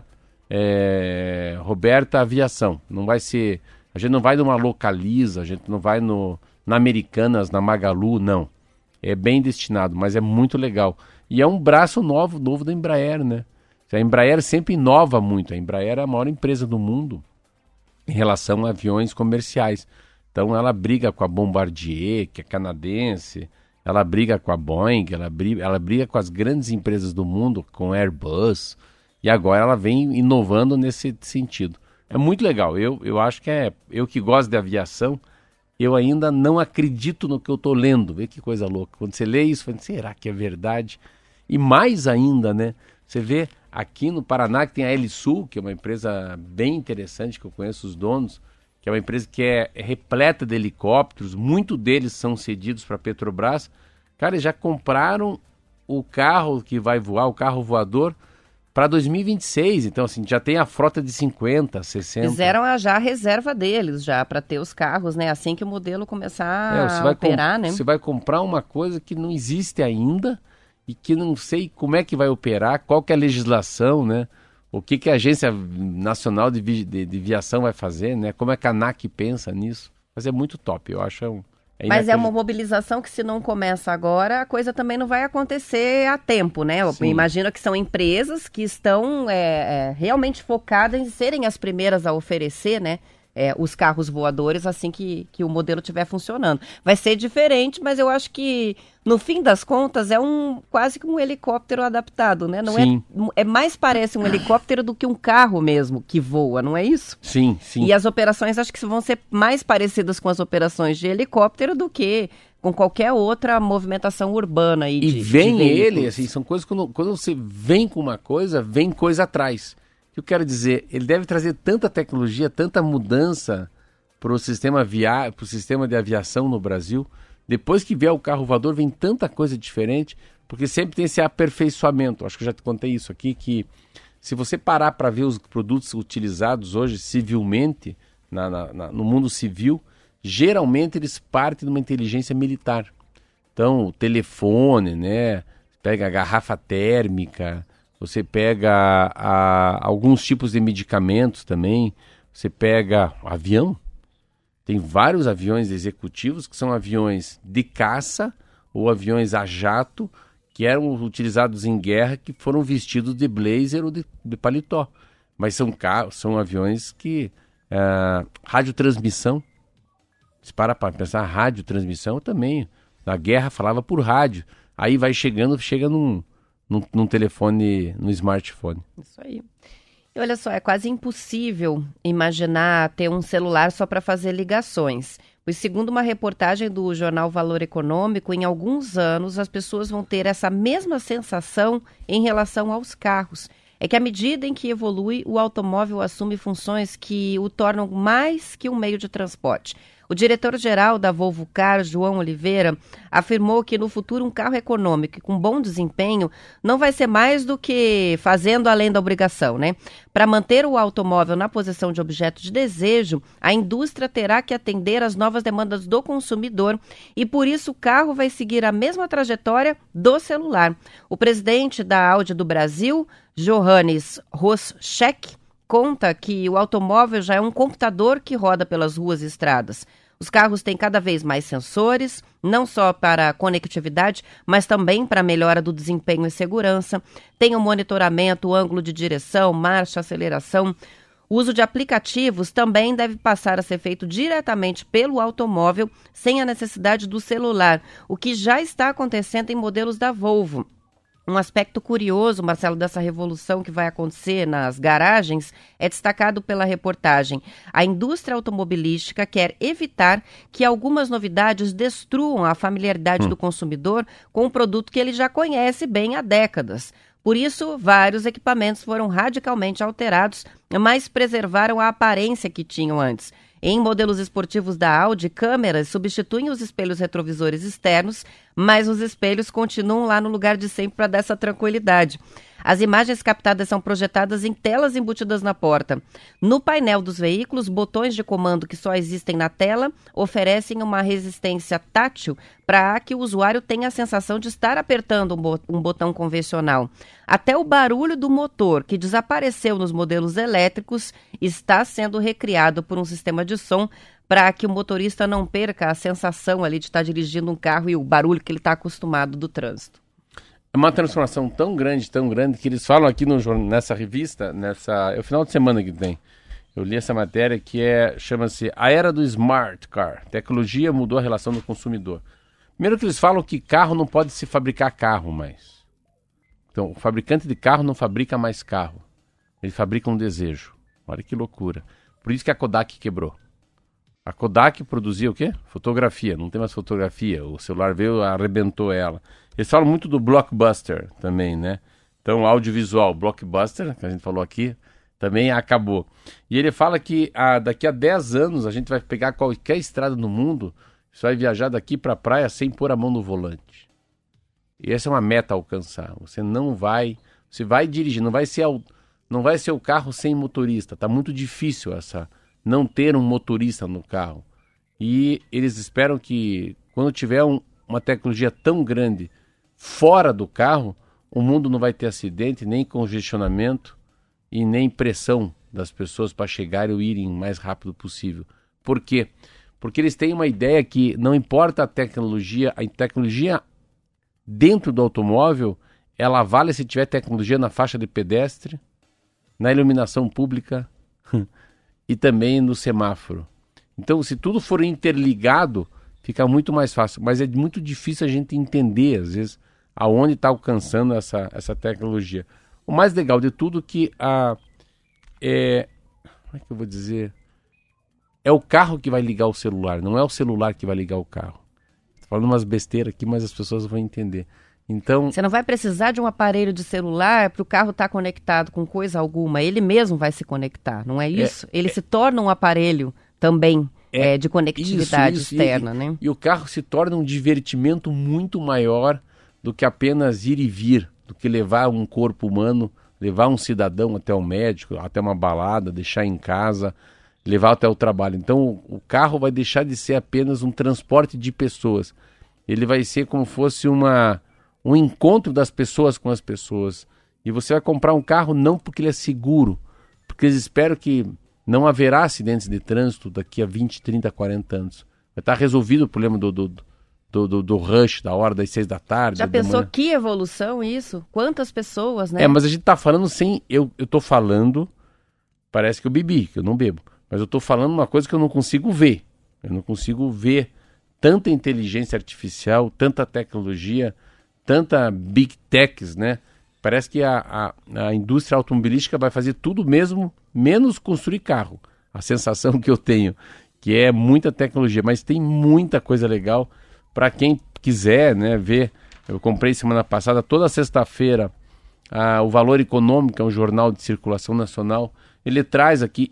Roberta Aviação. Não vai ser, a gente não vai numa Localiza, a gente não vai na Americanas, na Magalu, não. É bem destinado, mas é muito legal. E é um braço novo da Embraer, né? A Embraer sempre inova muito. A Embraer é a maior empresa do mundo em relação a aviões comerciais. Então ela briga com a Bombardier, que é canadense, ela briga com a Boeing, ela briga com as grandes empresas do mundo, com a Airbus, e agora ela vem inovando nesse sentido. É muito legal, eu acho que eu que gosto de aviação, eu ainda não acredito no que eu estou lendo. Vê que coisa louca. Quando você lê isso, você fala, será que é verdade? E mais ainda, né? Você vê aqui no Paraná que tem a Helisul, que é uma empresa bem interessante, que eu conheço os donos, que é uma empresa que é repleta de helicópteros, muitos deles são cedidos para a Petrobras. Cara, eles já compraram o carro que vai voar, o carro voador, para 2026, então assim, já tem a frota de 50, 60. Fizeram já a reserva deles, já para ter os carros, né? Assim que o modelo começar a operar, né? Você vai comprar uma coisa que não existe ainda e que não sei como é que vai operar, qual que é a legislação, né? O que a Agência Nacional de Viação vai fazer, né? Como é que a ANAC pensa nisso? Mas é muito top, eu acho. Mas é uma mobilização que se não começa agora, a coisa também não vai acontecer a tempo, né? Eu imagino que são empresas que estão realmente focadas em serem as primeiras a oferecer, né? Os carros voadores assim que o modelo estiver funcionando. Vai ser diferente, mas eu acho que no fim das contas é quase que um helicóptero adaptado, né? Não mais parece um helicóptero do que um carro mesmo que voa, não é isso? Sim. E as operações acho que vão ser mais parecidas com as operações de helicóptero do que com qualquer outra movimentação urbana aí de ele, assim, são coisas quando você vem com uma coisa, vem coisa atrás. Eu quero dizer, ele deve trazer tanta tecnologia, tanta mudança para o sistema de aviação no Brasil. Depois que vier o carro voador, vem tanta coisa diferente, porque sempre tem esse aperfeiçoamento. Acho que eu já te contei isso aqui, que se você parar para ver os produtos utilizados hoje civilmente, no mundo civil, geralmente eles partem de uma inteligência militar. Então, o telefone, né? Pega a garrafa térmica. Você pega alguns tipos de medicamentos também, você pega avião, tem vários aviões executivos que são aviões de caça ou aviões a jato que eram utilizados em guerra, que foram vestidos de blazer ou de paletó. Mas são aviões que... radiotransmissão, se para pensar, radiotransmissão também, na guerra falava por rádio, aí chega num telefone, no smartphone. Isso aí. E olha só, é quase impossível imaginar ter um celular só para fazer ligações. Pois segundo uma reportagem do jornal Valor Econômico, em alguns anos as pessoas vão ter essa mesma sensação em relação aos carros. É que à medida em que evolui, o automóvel assume funções que o tornam mais que um meio de transporte. O diretor-geral da Volvo Cars, João Oliveira, afirmou que no futuro um carro econômico e com bom desempenho não vai ser mais do que fazendo além da obrigação, né? Para manter o automóvel na posição de objeto de desejo, a indústria terá que atender às novas demandas do consumidor e por isso o carro vai seguir a mesma trajetória do celular. O presidente da Audi do Brasil, Johannes Roschek, conta que o automóvel já é um computador que roda pelas ruas e estradas. Os carros têm cada vez mais sensores, não só para a conectividade, mas também para a melhora do desempenho e segurança. Tem o monitoramento, o ângulo de direção, marcha, aceleração. O uso de aplicativos também deve passar a ser feito diretamente pelo automóvel, sem a necessidade do celular, o que já está acontecendo em modelos da Volvo. Um aspecto curioso, Marcelo, dessa revolução que vai acontecer nas garagens é destacado pela reportagem. A indústria automobilística quer evitar que algumas novidades destruam a familiaridade do consumidor com um produto que ele já conhece bem há décadas. Por isso, vários equipamentos foram radicalmente alterados, mas preservaram a aparência que tinham antes. Em modelos esportivos da Audi, câmeras substituem os espelhos retrovisores externos, mas os espelhos continuam lá no lugar de sempre para dar essa tranquilidade. As imagens captadas são projetadas em telas embutidas na porta. No painel dos veículos, botões de comando que só existem na tela oferecem uma resistência tátil para que o usuário tenha a sensação de estar apertando um botão convencional. Até o barulho do motor, que desapareceu nos modelos elétricos, está sendo recriado por um sistema de som para que o motorista não perca a sensação ali de estar dirigindo um carro e o barulho que ele está acostumado do trânsito. É uma transformação tão grande, que eles falam aqui nessa revista, é o final de semana que tem. Eu li essa matéria que chama-se A Era do Smart Car. Tecnologia mudou a relação do consumidor. Primeiro que eles falam que carro não pode se fabricar carro mais. Então, o fabricante de carro não fabrica mais carro. Ele fabrica um desejo. Olha que loucura. Por isso que a Kodak quebrou. A Kodak produzia o quê? Fotografia. Não tem mais fotografia. O celular veio, arrebentou ela. Eles falam muito do blockbuster também, né? Então, audiovisual, blockbuster, que a gente falou aqui, também acabou. E ele fala que daqui a 10 anos a gente vai pegar qualquer estrada no mundo, você vai viajar daqui para a praia sem pôr a mão no volante. E essa é uma meta a alcançar. Você vai dirigir, não vai ser o carro sem motorista. Tá muito difícil não ter um motorista no carro. E eles esperam que quando tiver uma tecnologia tão grande fora do carro, o mundo não vai ter acidente, nem congestionamento e nem pressão das pessoas para chegarem ou irem o mais rápido possível. Por quê? Porque eles têm uma ideia que não importa a tecnologia dentro do automóvel, ela vale se tiver tecnologia na faixa de pedestre, na iluminação pública e também no semáforo. Então, se tudo for interligado, fica muito mais fácil. Mas é muito difícil a gente entender, às vezes, aonde está alcançando essa tecnologia. O mais legal de tudo que como é que eu vou dizer? É o carro que vai ligar o celular, não é o celular que vai ligar o carro. Estou falando umas besteiras aqui, mas as pessoas vão entender. Então, você não vai precisar de um aparelho de celular para o carro estar conectado com coisa alguma. Ele mesmo vai se conectar, não é isso? Ele se torna um aparelho também de conectividade externa, né? E o carro se torna um divertimento muito maior do que apenas ir e vir, do que levar um corpo humano, levar um cidadão até o médico, até uma balada, deixar em casa, levar até o trabalho. Então o carro vai deixar de ser apenas um transporte de pessoas. Ele vai ser como fosse um encontro das pessoas com as pessoas. E você vai comprar um carro não porque ele é seguro, porque eles esperam que não haverá acidentes de trânsito daqui a 20, 30, 40 anos. Vai estar resolvido o problema do rush, da hora das 6 da tarde. Já pensou que evolução isso? Quantas pessoas, né? Mas a gente está falando sem... Eu estou falando... Parece que eu bebi, que eu não bebo. Mas eu estou falando uma coisa que eu não consigo ver. Eu não consigo ver tanta inteligência artificial, tanta tecnologia, tanta big techs, né? Parece que a indústria automobilística vai fazer tudo mesmo, menos construir carro. A sensação que eu tenho, que é muita tecnologia, mas tem muita coisa legal para quem quiser, né, ver. Eu comprei semana passada, toda sexta-feira, o Valor Econômico, é um jornal de circulação nacional. Ele traz aqui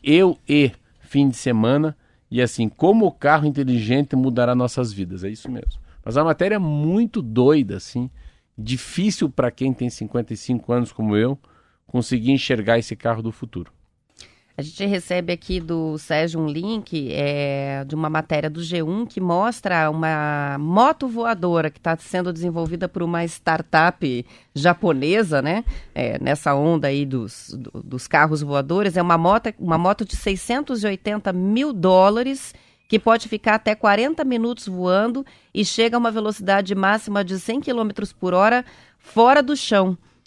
fim de semana, e assim, como o carro inteligente mudará nossas vidas. É isso mesmo. Mas a matéria é muito doida, assim. Difícil para quem tem 55 anos como eu conseguir enxergar esse carro do futuro. A gente recebe aqui do Sérgio um link de uma matéria do G1 que mostra uma moto voadora que está sendo desenvolvida por uma startup japonesa, né? Nessa onda aí dos carros voadores. É uma moto de $680 mil que pode ficar até 40 minutos voando e chega a uma velocidade máxima de 100 km por hora fora do chão.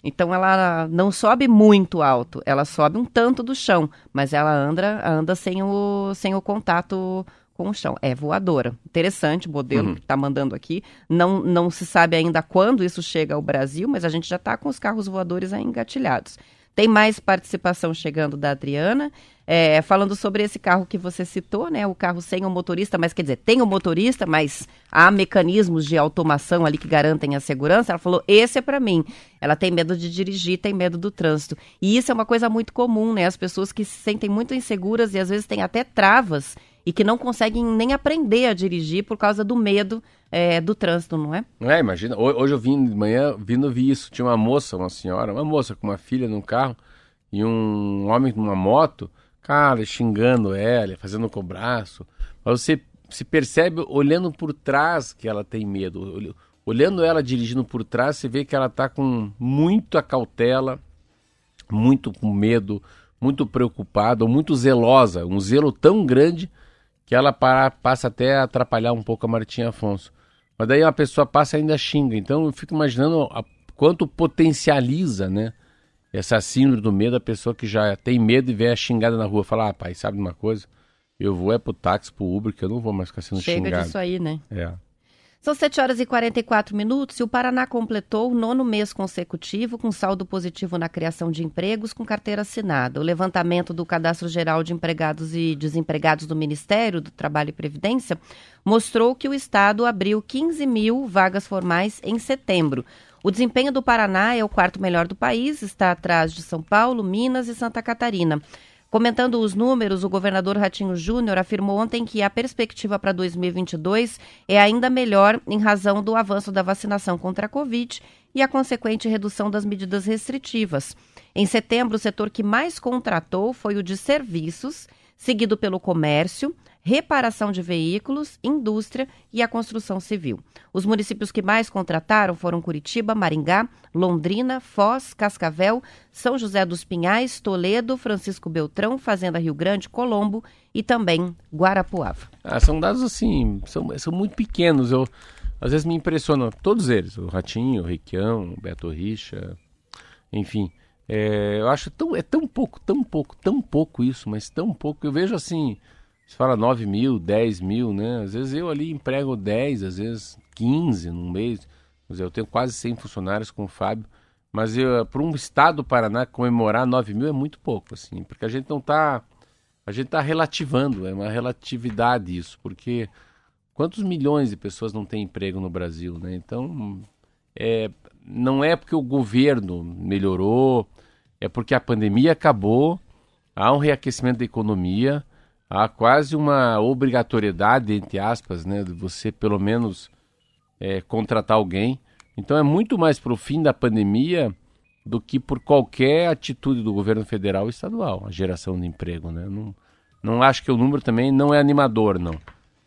Então ela não sobe muito alto, ela sobe um tanto do chão, mas ela anda sem o contato com o chão. É voadora. Interessante o modelo que está mandando aqui. Não se sabe ainda quando isso chega ao Brasil, mas a gente já está com os carros voadores aí engatilhados. Tem mais participação chegando da Adriana, falando sobre esse carro que você citou, né? O carro sem o motorista, mas quer dizer, tem o motorista, mas há mecanismos de automação ali que garantem a segurança. Ela falou, esse é para mim. Ela tem medo de dirigir, tem medo do trânsito. E isso é uma coisa muito comum, né? As pessoas que se sentem muito inseguras e às vezes têm até travas e que não conseguem nem aprender a dirigir por causa do medo do trânsito, não é? Imagina, hoje eu vim de manhã, vi isso, tinha uma moça com uma filha num carro e um homem numa moto, cara, xingando ela, fazendo com o braço, mas você se percebe olhando por trás que ela tem medo, olhando ela dirigindo por trás, você vê que ela está com muita cautela, muito com medo, muito preocupada, ou muito zelosa, um zelo tão grande que ela passa até a atrapalhar um pouco a Martinha Afonso. Mas daí a pessoa passa e ainda xinga. Então eu fico imaginando quanto potencializa, né, essa síndrome do medo, a pessoa que já tem medo e vê a xingada na rua. Fala, pai, sabe de uma coisa? Eu vou pro táxi, pro Uber, que eu não vou mais ficar sendo xingado. Chega disso aí, né? É. São 7h44 e o Paraná completou o 9º mês consecutivo com saldo positivo na criação de empregos com carteira assinada. O levantamento do Cadastro Geral de Empregados e Desempregados do Ministério do Trabalho e Previdência mostrou que o Estado abriu 15 mil vagas formais em setembro. O desempenho do Paraná é o 4º melhor do país, está atrás de São Paulo, Minas e Santa Catarina. Comentando os números, o governador Ratinho Júnior afirmou ontem que a perspectiva para 2022 é ainda melhor em razão do avanço da vacinação contra a Covid e a consequente redução das medidas restritivas. Em setembro, o setor que mais contratou foi o de serviços, seguido pelo comércio, reparação de veículos, indústria e a construção civil. Os municípios que mais contrataram foram Curitiba, Maringá, Londrina, Foz, Cascavel, São José dos Pinhais, Toledo, Francisco Beltrão, Fazenda Rio Grande, Colombo e também Guarapuava. São dados assim, são muito pequenos. Às vezes me impressionam, todos eles, o Ratinho, o Requião, o Beto Richa, enfim. Eu acho tão pouco isso, mas tão pouco. Eu vejo assim, você fala 9 mil, 10 mil, né? Às vezes eu ali emprego 10, às vezes 15 num mês. Eu tenho quase 100 funcionários com o Fábio, mas para um estado do Paraná comemorar 9 mil é muito pouco, assim, porque a gente está relativando, é uma relatividade isso, porque quantos milhões de pessoas não têm emprego no Brasil, né? Então, não é porque o governo melhorou, é porque a pandemia acabou, há um reaquecimento da economia, há quase uma obrigatoriedade, entre aspas, né, de você pelo menos contratar alguém. Então é muito mais para o fim da pandemia do que por qualquer atitude do governo federal ou estadual, a geração de emprego, né? Não acho que o número também não é animador, não.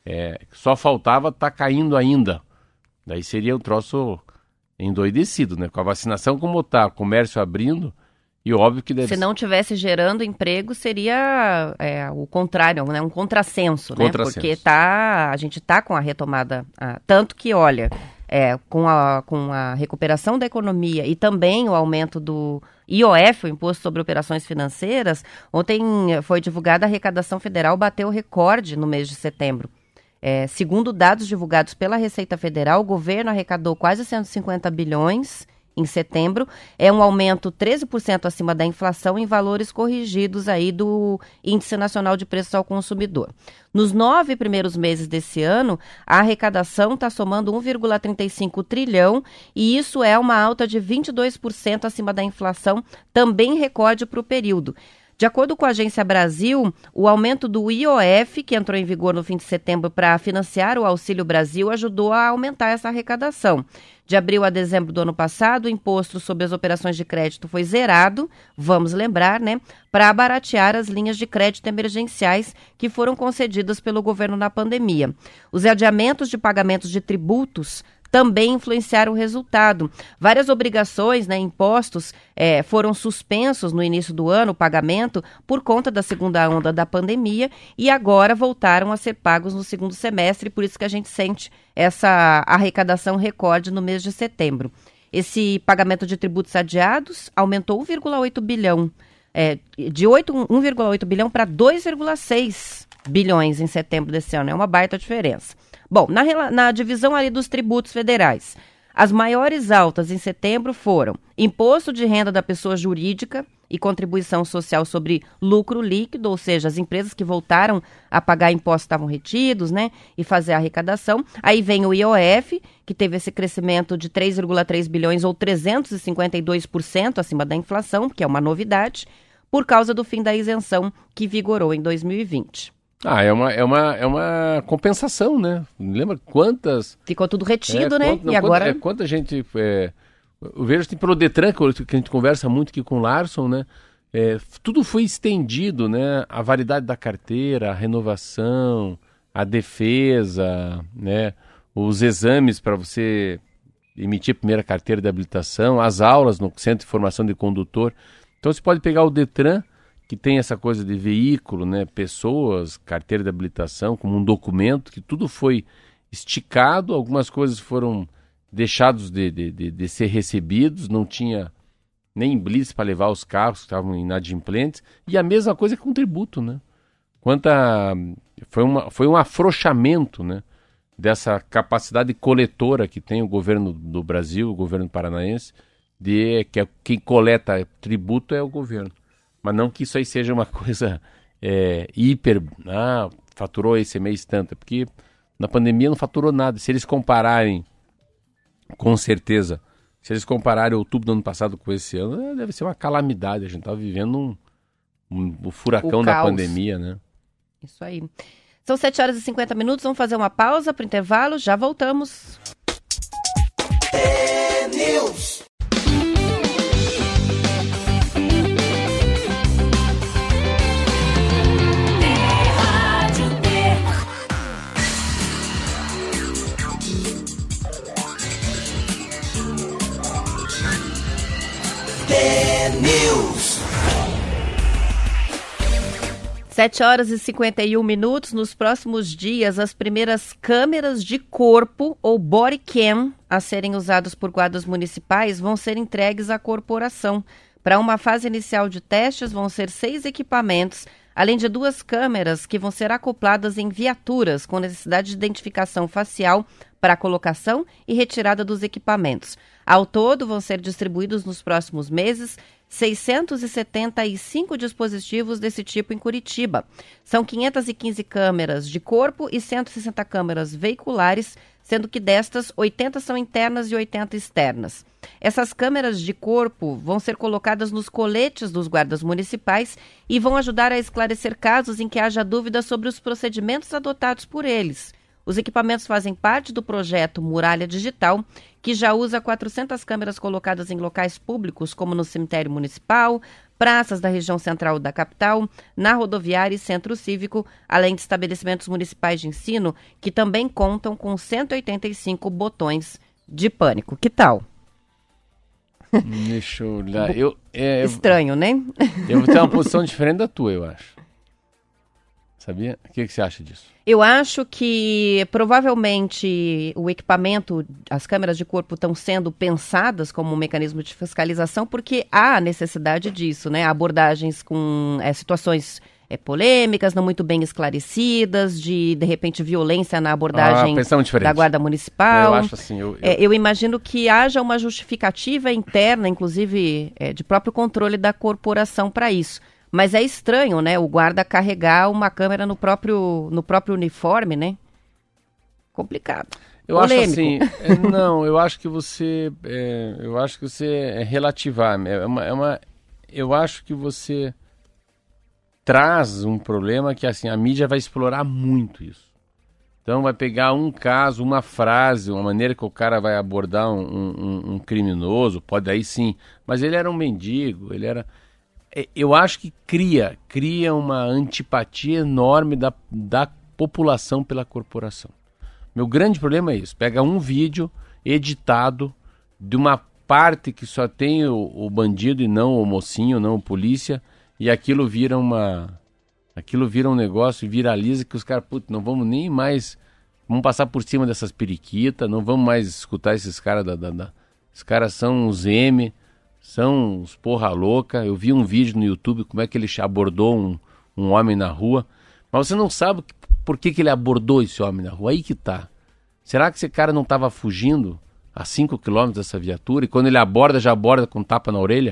Só faltava estar caindo ainda. Daí seria um troço endoidecido, né? Com a vacinação como está, o comércio abrindo, e óbvio que deve... Se não tivesse gerando emprego, seria o contrário, né? Um contrassenso, né? Porque a gente está com a retomada, tanto que, olha, com a recuperação da economia e também o aumento do IOF, o Imposto sobre Operações Financeiras, ontem foi divulgada a arrecadação federal, bateu recorde no mês de setembro. Segundo dados divulgados pela Receita Federal, o governo arrecadou quase 150 bilhões em setembro, é um aumento 13% acima da inflação em valores corrigidos aí do Índice Nacional de Preços ao Consumidor. Nos 9 primeiros meses desse ano, a arrecadação está somando 1,35 trilhão e isso é uma alta de 22% acima da inflação, também recorde para o período. De acordo com a Agência Brasil, o aumento do IOF, que entrou em vigor no fim de setembro para financiar o Auxílio Brasil, ajudou a aumentar essa arrecadação. De abril a dezembro do ano passado, o imposto sobre as operações de crédito foi zerado, vamos lembrar, né, para baratear as linhas de crédito emergenciais que foram concedidas pelo governo na pandemia. Os adiamentos de pagamentos de tributos também influenciaram o resultado. Várias obrigações, né, impostos, foram suspensos no início do ano, o pagamento, por conta da segunda onda da pandemia e agora voltaram a ser pagos no segundo semestre, por isso que a gente sente essa arrecadação recorde no mês de setembro. Esse pagamento de tributos adiados aumentou 1,8 bilhão, de 1,8 bilhão para 2,6 bilhões em setembro desse ano. É uma baita diferença. Bom, na divisão ali dos tributos federais, as maiores altas em setembro foram imposto de renda da pessoa jurídica e contribuição social sobre lucro líquido, ou seja, as empresas que voltaram a pagar impostos estavam retidos, né, e fazer a arrecadação. Aí vem o IOF, que teve esse crescimento de 3,3 bilhões ou 352% acima da inflação, que é uma novidade, por causa do fim da isenção que vigorou em 2020. É uma compensação, né? Lembra quantas... Ficou tudo retido, né? E agora... Quanta gente... Eu vejo assim, pelo Detran, que a gente conversa muito aqui com o Larson, né? Tudo foi estendido, né? A validade da carteira, a renovação, a defesa, né? Os exames para você emitir a primeira carteira de habilitação, as aulas no Centro de Formação de Condutor. Então você pode pegar o Detran, que tem essa coisa de veículo, né? Pessoas, carteira de habilitação, como um documento, que tudo foi esticado, algumas coisas foram deixados de ser recebidos, não tinha nem blitz para levar os carros que estavam inadimplentes, e a mesma coisa com o tributo, né? Foi um afrouxamento, né, dessa capacidade coletora que tem o governo do Brasil, o governo paranaense, que quem coleta tributo é o governo. Mas não que isso aí seja uma coisa faturou esse mês tanto, porque na pandemia não faturou nada. Se eles compararem, com certeza, se eles compararem outubro do ano passado com esse ano, deve ser uma calamidade. A gente está vivendo um furacão da pandemia, né? Isso aí. São 7h50, vamos fazer uma pausa para o intervalo, já voltamos. News. 7h51. Nos próximos dias, as primeiras câmeras de corpo ou body cam a serem usadas por guardas municipais vão ser entregues à corporação. Para uma fase inicial de testes, vão ser 6 equipamentos, além de 2 câmeras que vão ser acopladas em viaturas com necessidade de identificação facial para a colocação e retirada dos equipamentos. Ao todo, vão ser distribuídos nos próximos meses 675 dispositivos desse tipo em Curitiba. São 515 câmeras de corpo e 160 câmeras veiculares, sendo que destas, 80 são internas e 80 externas. Essas câmeras de corpo vão ser colocadas nos coletes dos guardas municipais e vão ajudar a esclarecer casos em que haja dúvida sobre os procedimentos adotados por eles. Os equipamentos fazem parte do projeto Muralha Digital, que já usa 400 câmeras colocadas em locais públicos, como no cemitério municipal, praças da região central da capital, na rodoviária e centro cívico, além de estabelecimentos municipais de ensino, que também contam com 185 botões de pânico. Que tal? Deixa eu olhar. Estranho, né? Eu vou ter uma posição diferente da tua, eu acho. Sabia? O que você acha disso? Eu acho que provavelmente o equipamento, as câmeras de corpo estão sendo pensadas como um mecanismo de fiscalização porque há necessidade disso, né? Abordagens com situações polêmicas, não muito bem esclarecidas, de repente violência na abordagem da Guarda Municipal. Eu acho assim, eu imagino que haja uma justificativa interna, inclusive de próprio controle da corporação para isso. Mas é estranho, né, o guarda carregar uma câmera no próprio uniforme, né? Complicado. Eu acho assim, eu acho que você relativar. Eu acho que você traz um problema que assim a mídia vai explorar muito isso. Então vai pegar um caso, uma frase, uma maneira que o cara vai abordar um criminoso, pode aí sim, mas ele era um mendigo, ele era... Eu acho que cria uma antipatia enorme da população pela corporação. Meu grande problema é isso. Pega um vídeo editado de uma parte que só tem o bandido e não o mocinho, não o polícia, e aquilo vira um negócio e viraliza que os caras, não vamos nem mais, vamos passar por cima dessas periquitas, não vamos mais escutar esses caras Os caras são uns M, são uns porra louca. Eu vi um vídeo no YouTube como é que ele abordou um homem na rua. Mas você não sabe por que ele abordou esse homem na rua. Aí que tá. Será que esse cara não estava fugindo a 5 km dessa viatura? E quando ele aborda, já aborda com tapa na orelha?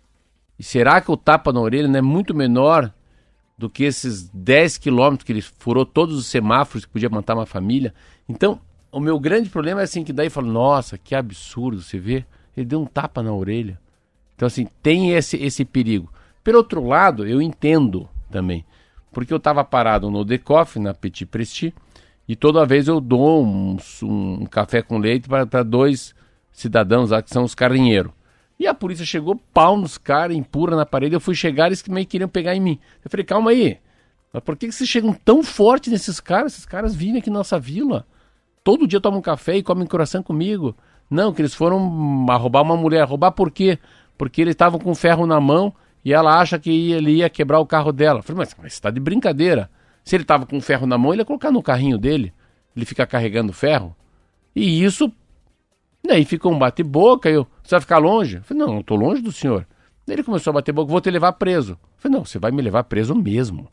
E será que o tapa na orelha não é muito menor do que esses 10 quilômetros que ele furou todos os semáforos que podia matar uma família? Então, o meu grande problema é assim, que daí eu falo, nossa, que absurdo, você vê? Ele deu um tapa na orelha. Então, assim, tem esse perigo. Pelo outro lado, eu entendo também, porque eu estava parado no Decoff, na Petit Prestige, e toda vez eu dou um café com leite para 2 cidadãos lá, que são os carrinheiros. E a polícia chegou, pau nos caras, empurra na parede. Eu fui chegar e eles meio queriam pegar em mim. Eu falei, calma aí, mas por que vocês chegam tão forte nesses caras? Esses caras vivem aqui na nossa vila. Todo dia tomam café e comem croissant comigo. Não, que eles foram roubar uma mulher. Roubar por quê? Porque eles estavam com ferro na mão e ela acha que ele ia quebrar o carro dela. Eu falei, mas você está de brincadeira. Se ele estava com ferro na mão, ele ia colocar no carrinho dele. Ele fica carregando ferro. E isso... Daí fica um bate-boca, você vai ficar longe? Eu falei, não estou longe do senhor. Daí ele começou a bater boca, vou te levar preso. Eu falei, não, você vai me levar preso mesmo.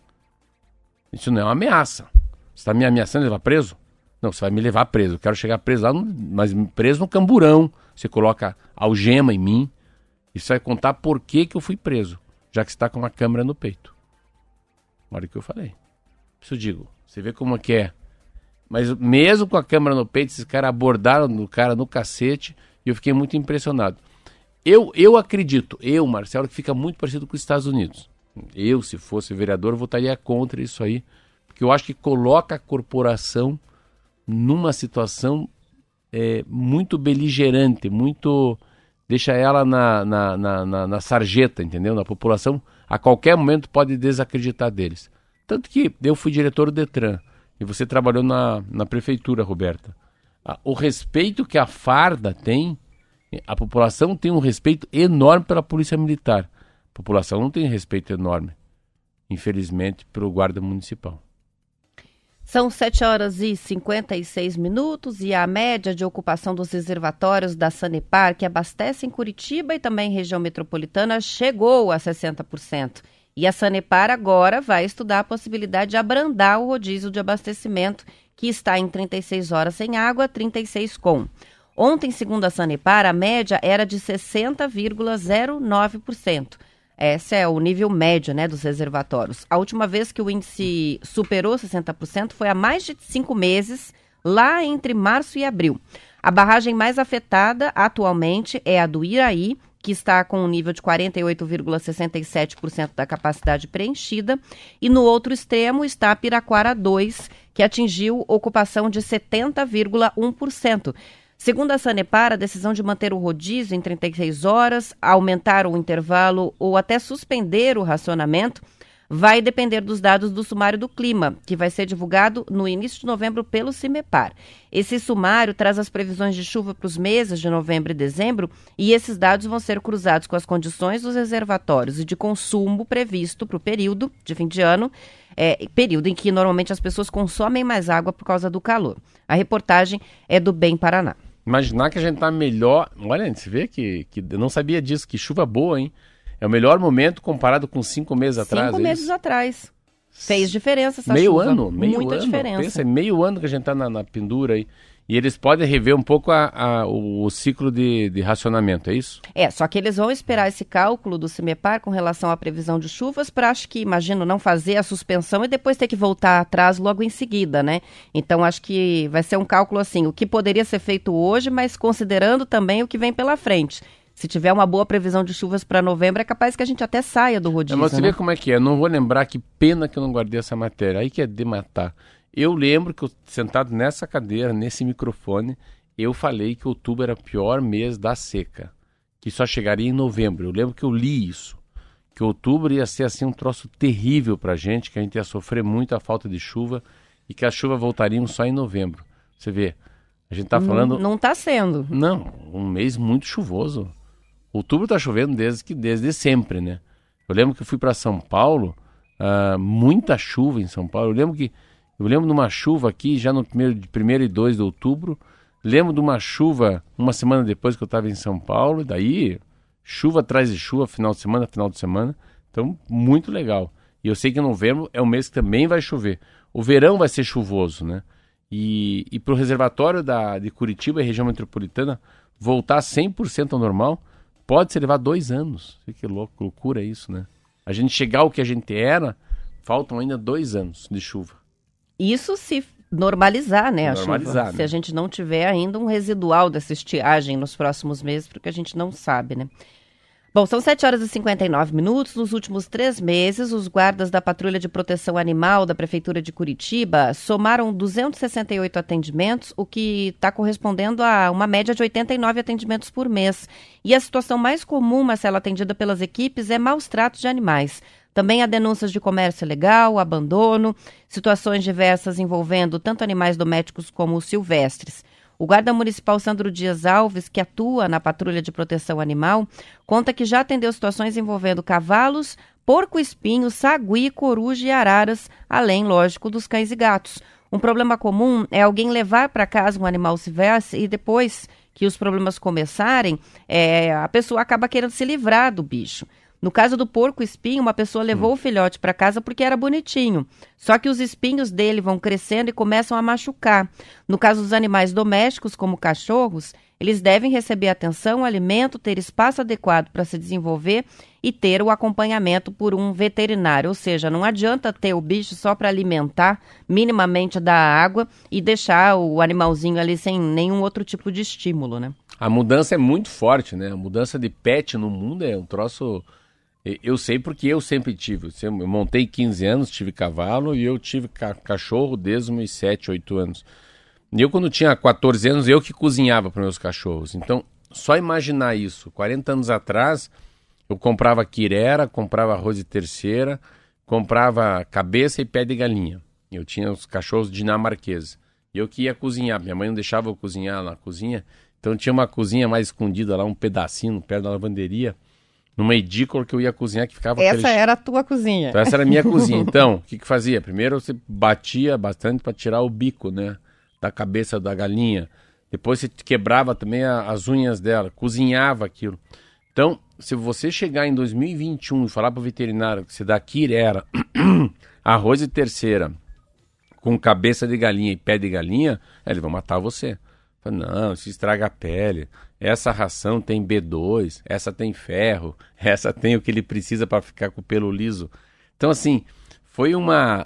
Isso não é uma ameaça. Você está me ameaçando de levar preso? Não, você vai me levar preso. Eu quero chegar preso lá, mas preso no camburão. Você coloca algema em mim e você vai contar por que eu fui preso, já que você está com uma câmera no peito. Na hora que eu falei. Isso eu digo, você vê como é que é. Mas mesmo com a câmera no peito, esses caras abordaram o cara no cacete e eu fiquei muito impressionado. Eu acredito, Marcelo, que fica muito parecido com os Estados Unidos. Eu, se fosse vereador, votaria contra isso aí, porque eu acho que coloca a corporação numa situação muito beligerante, muito... deixa ela na sarjeta, entendeu? Na população, a qualquer momento pode desacreditar deles. Tanto que eu fui diretor do Detran, e você trabalhou na prefeitura, Roberta. O respeito que a farda tem, a população tem um respeito enorme pela polícia militar. A população não tem respeito enorme, infelizmente, pelo guarda municipal. São 7h56 e a média de ocupação dos reservatórios da Sanepar, que abastecem Curitiba e também região metropolitana, chegou a 60%. E a Sanepar agora vai estudar a possibilidade de abrandar o rodízio de abastecimento, que está em 36 horas sem água, 36 com. Ontem, segundo a Sanepar, a média era de 60,09%. Esse é o nível médio, né, dos reservatórios. A última vez que o índice superou 60% foi há mais de 5 meses, lá entre março e abril. A barragem mais afetada atualmente é a do Iraí, que está com um nível de 48,67% da capacidade preenchida, e no outro extremo está a Piraquara 2, que atingiu ocupação de 70,1%. Segundo a Sanepar, a decisão de manter o rodízio em 36 horas, aumentar o intervalo ou até suspender o racionamento vai depender dos dados do sumário do clima, que vai ser divulgado no início de novembro pelo CIMEPAR. Esse sumário traz as previsões de chuva para os meses de novembro e dezembro, e esses dados vão ser cruzados com as condições dos reservatórios e de consumo previsto para o período de fim de ano, período em que normalmente as pessoas consomem mais água por causa do calor. A reportagem é do Bem Paraná. Imaginar que a gente está melhor... Olha, você vê que eu não sabia disso, que chuva boa, hein? É o melhor momento comparado com 5 meses atrás. 5 meses atrás. Fez diferença essa meio chuva. Ano, meio Muita ano. diferença. Pensa, é meio ano que a gente está na pendura aí. E eles podem rever um pouco o ciclo de racionamento, é isso? Só que eles vão esperar esse cálculo do CIMEPAR com relação à previsão de chuvas para, acho que, imagino, não fazer a suspensão e depois ter que voltar atrás logo em seguida, né? Então, acho que vai ser um cálculo assim, o que poderia ser feito hoje, mas considerando também o que vem pela frente. Se tiver uma boa previsão de chuvas para novembro, é capaz que a gente até saia do rodízio. Mas você vê como é que é. Eu não vou lembrar, que pena que eu não guardei essa matéria. Aí que é de matar. Eu lembro que eu, sentado nessa cadeira, nesse microfone, eu falei que outubro era o pior mês da seca, que só chegaria em novembro. Eu lembro que eu li isso, que outubro ia ser assim um troço terrível pra gente, que a gente ia sofrer muito a falta de chuva e que as chuvas voltariam só em novembro. Você vê, a gente tá falando... Não tá sendo. Não, um mês muito chuvoso. Outubro tá chovendo desde sempre, né? Eu lembro que eu fui para São Paulo, muita chuva em São Paulo. Eu lembro numa chuva aqui, já no primeiro e 2 de outubro, Lembro de uma chuva uma semana depois que eu estava em São Paulo, daí chuva atrás de chuva, final de semana. Então, muito legal. E eu sei que novembro é um mês que também vai chover. O verão vai ser chuvoso, né? E para o reservatório de Curitiba e região metropolitana voltar 100% ao normal, pode se levar 2 anos. Que loucura isso, né? A gente chegar ao que a gente era, faltam ainda 2 anos de chuva. Isso se normalizar, né, a chuva. Né? Se a gente não tiver ainda um residual dessa estiagem nos próximos meses, porque a gente não sabe, né? Bom, são 7h59. Nos últimos 3 meses, os guardas da Patrulha de Proteção Animal da Prefeitura de Curitiba somaram 268 atendimentos, o que está correspondendo a uma média de 89 atendimentos por mês. E a situação mais comum, Marcela, atendida pelas equipes, é maus tratos de animais. Também há denúncias de comércio ilegal, abandono, situações diversas envolvendo tanto animais domésticos como silvestres. O guarda municipal Sandro Dias Alves, que atua na Patrulha de Proteção Animal, conta que já atendeu situações envolvendo cavalos, porco-espinho, sagui, coruja e araras, além, lógico, dos cães e gatos. Um problema comum é alguém levar para casa um animal silvestre e depois que os problemas começarem, a pessoa acaba querendo se livrar do bicho. No caso do porco-espinho, uma pessoa levou o filhote para casa porque era bonitinho. Só que os espinhos dele vão crescendo e começam a machucar. No caso dos animais domésticos, como cachorros, eles devem receber atenção, alimento, ter espaço adequado para se desenvolver e ter o acompanhamento por um veterinário. Ou seja, não adianta ter o bicho só para alimentar, minimamente dar água e deixar o animalzinho ali sem nenhum outro tipo de estímulo, né? A mudança é muito forte, né? A mudança de pet no mundo é um troço... Eu sei porque eu sempre tive. Eu montei 15 anos, tive cavalo e eu tive cachorro desde os meus 7, 8 anos. E eu, quando tinha 14 anos, eu que cozinhava para meus cachorros. Então, só imaginar isso. 40 anos atrás, eu comprava quirera, comprava arroz de terceira, comprava cabeça e pé de galinha. Eu tinha os cachorros dinamarqueses. E eu que ia cozinhar. Minha mãe não deixava eu cozinhar na cozinha. Então, tinha uma cozinha mais escondida lá, um pedacinho perto da lavanderia, numa edícula que eu ia cozinhar, que ficava... Essa era a tua cozinha. Então, essa era a minha cozinha. Então, o que fazia? Primeiro você batia bastante para tirar o bico, né? Da cabeça da galinha. Depois você quebrava também as unhas dela, cozinhava aquilo. Então, se você chegar em 2021 e falar para o veterinário que você dá quirera, arroz de terceira, com cabeça de galinha e pé de galinha, eles vão matar você. Não, isso estraga a pele. Essa ração tem B2, essa tem ferro, essa tem o que ele precisa para ficar com o pelo liso. Então, assim, foi uma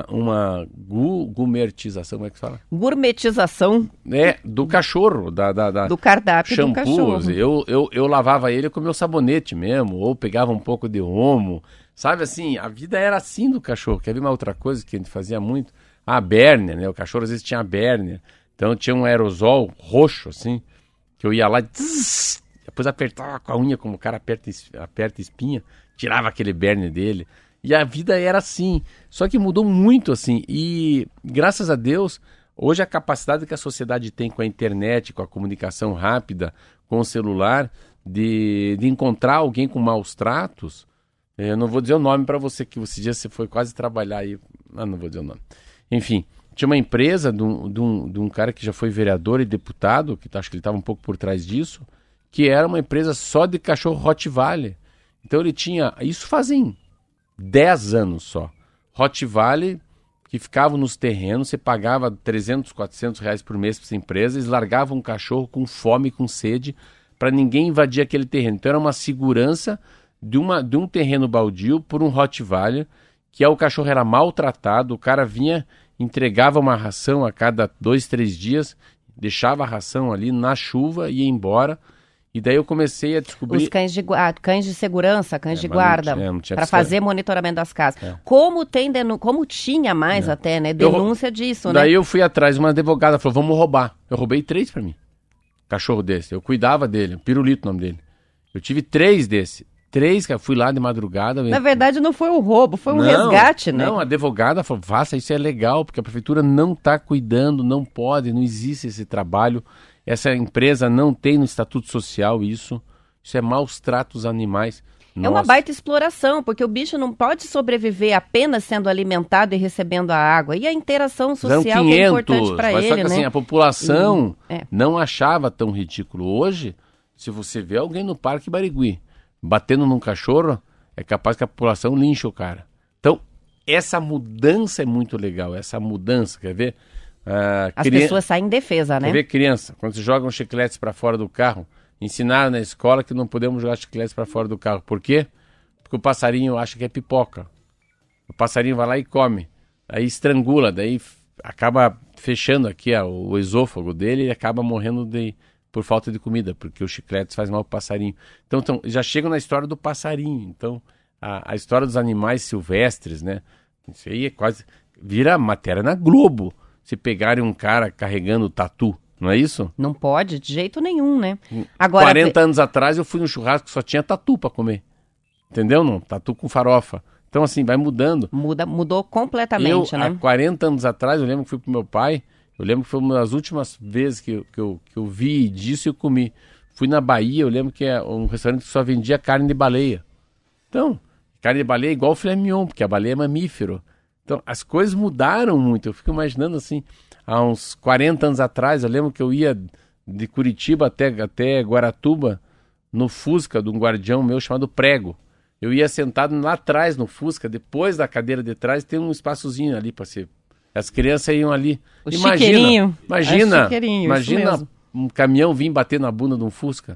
gourmetização, como é que se fala? Gourmetização. Do cachorro, do cardápio shampoos. do cachorro. Eu lavava ele com meu sabonete mesmo, ou pegava um pouco de homo. Sabe assim, a vida era assim do cachorro. Quer ver uma outra coisa que a gente fazia muito? A Berner, né? O cachorro às vezes tinha a Berner. Então tinha um aerosol roxo, assim, que eu ia lá e depois apertava com a unha, como o cara aperta espinha, tirava aquele Berner dele. E a vida era assim. Só que mudou muito, assim. E, graças a Deus, hoje a capacidade que a sociedade tem com a internet, com a comunicação rápida, com o celular, de encontrar alguém com maus tratos. Eu não vou dizer o nome para você, que esse dia você foi quase trabalhar aí. Não vou dizer o nome. Enfim, tinha uma empresa de um cara que já foi vereador e deputado, que acho que ele estava um pouco por trás disso, que era uma empresa só de cachorro Rottweiler. Então ele tinha... Isso fazem 10 anos só. Rottweiler, que ficavam nos terrenos, você pagava 300, 400 reais por mês para essa empresa, eles largavam um cachorro com fome, com sede, para ninguém invadir aquele terreno. Então era uma segurança de um terreno baldio por um Rottweiler, que o cachorro era maltratado, o cara vinha, entregava uma ração a cada 2, 3 dias, deixava a ração ali na chuva e ia embora. E daí eu comecei a descobrir... Os cães de segurança, cães de guarda, para fazer monitoramento das casas. Como tinha mais até, né? Denúncia disso, né? Daí eu fui atrás, uma advogada falou, vamos roubar. Eu roubei 3 para mim. Cachorro desse. Eu cuidava dele, Pirulito o nome dele. Eu tive 3 desse. 3, que eu fui lá de madrugada. Na verdade não foi um roubo, foi um resgate, né? Não, a advogada falou, faça, isso é legal, porque a prefeitura não está cuidando, não pode, não existe esse trabalho. Essa empresa não tem no Estatuto Social isso. Isso é maus tratos animais. É uma baita exploração, porque o bicho não pode sobreviver apenas sendo alimentado e recebendo a água. E a interação social que é importante para ele, só que né? assim, a população não achava tão ridículo. Hoje, se você vê alguém no Parque Barigui batendo num cachorro, é capaz que a população linche o cara. Então, essa mudança é muito legal. Essa mudança, quer ver? As pessoas saem em defesa, né? Quer ver criança? Quando se jogam chicletes para fora do carro, ensinaram na escola que não podemos jogar chicletes para fora do carro. Por quê? Porque o passarinho acha que é pipoca. O passarinho vai lá e come. Aí estrangula, daí acaba fechando aqui o esôfago dele e acaba morrendo por falta de comida, porque os chicletes fazem mal para o passarinho. Então, já chegam na história do passarinho. Então, a história dos animais silvestres, né? Isso aí é quase... Vira matéria na Globo, se pegarem um cara carregando tatu. Não é isso? Não pode, de jeito nenhum, né? Agora, 40 anos atrás eu fui no churrasco que só tinha tatu para comer. Entendeu? Não? Tatu com farofa. Então, assim, vai mudando. Mudou completamente, né? Há 40 anos atrás, eu lembro que fui pro meu pai, eu lembro que foi uma das últimas vezes que eu vi disso e eu comi. Fui na Bahia, eu lembro que é um restaurante que só vendia carne de baleia. Então, carne de baleia é igual o filé mignon, porque a baleia é mamífero. Então, as coisas mudaram muito. Eu fico imaginando assim, há uns 40 anos atrás, eu lembro que eu ia de Curitiba até Guaratuba, no Fusca de um guardião meu chamado Prego. Eu ia sentado lá atrás no Fusca, depois da cadeira de trás, tem um espaçozinho ali para ser. As crianças iam ali. Chiqueirinho. Imagina um caminhão vir bater na bunda de um Fusca.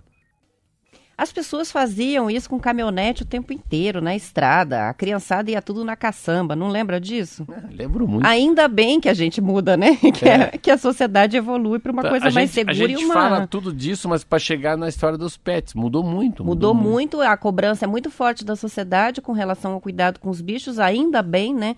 As pessoas faziam isso com caminhonete o tempo inteiro, na estrada. A criançada ia tudo na caçamba, não lembra disso? Lembro muito. Ainda bem que a gente muda, né? Que a sociedade evolui para uma coisa mais segura e humana. A gente fala tudo disso, mas para chegar na história dos pets, mudou muito. Mudou muito, a cobrança é muito forte da sociedade com relação ao cuidado com os bichos, ainda bem, né?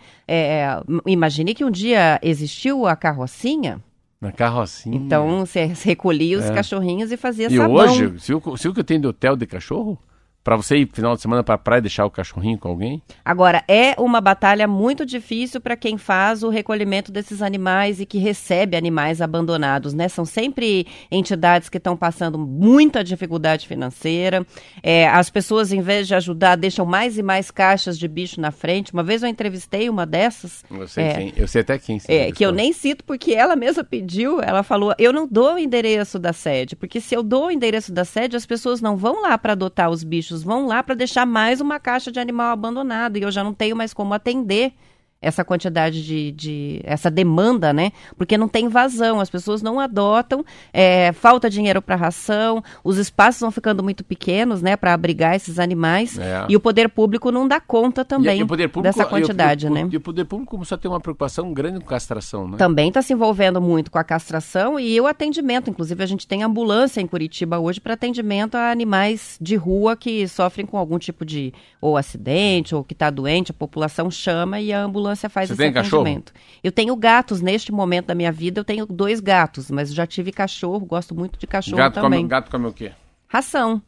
Imagine que um dia existiu a carrocinha. Na carrocinha. Então, você recolhia os cachorrinhos e fazia sabão. E hoje, se o que eu tenho de hotel de cachorro, para você ir final de semana para a praia e deixar o cachorrinho com alguém? Agora, é uma batalha muito difícil para quem faz o recolhimento desses animais e que recebe animais abandonados, né? São sempre entidades que estão passando muita dificuldade financeira. As pessoas, em vez de ajudar, deixam mais e mais caixas de bicho na frente. Uma vez eu entrevistei uma dessas. Eu sei até quem. Que eu nem cito porque ela mesma pediu. Ela falou, eu não dou o endereço da sede, porque se eu dou o endereço da sede, as pessoas não vão lá para adotar os bichos, vão lá para deixar mais uma caixa de animal abandonado e eu já não tenho mais como atender essa quantidade essa demanda, né? Porque não tem vazão, as pessoas não adotam, falta dinheiro para ração, os espaços vão ficando muito pequenos, né? Para abrigar esses animais e o poder público não dá conta também dessa quantidade, né? E o poder público começou a ter uma preocupação grande com castração, né? Também está se envolvendo muito com a castração e o atendimento, inclusive a gente tem ambulância em Curitiba hoje para atendimento a animais de rua que sofrem com algum tipo de ou acidente ou que está doente, a população chama e a ambulância faz esse atendimento. Cachorro? Eu tenho gatos, neste momento da minha vida eu tenho 2 gatos, mas já tive cachorro, gosto muito de cachorro também. Gato come o quê? Ração.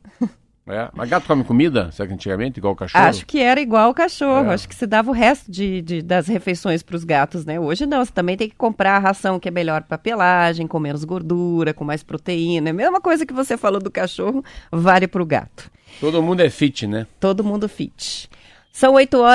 Mas gato come comida? Será que antigamente igual o cachorro? Acho que era igual o cachorro, acho que se dava o resto das refeições para os gatos, né? Hoje não, você também tem que comprar a ração que é melhor para pelagem, com menos gordura, com mais proteína. A mesma coisa que você falou do cachorro, vale para o gato. Todo mundo é fit, né? Todo mundo fit. São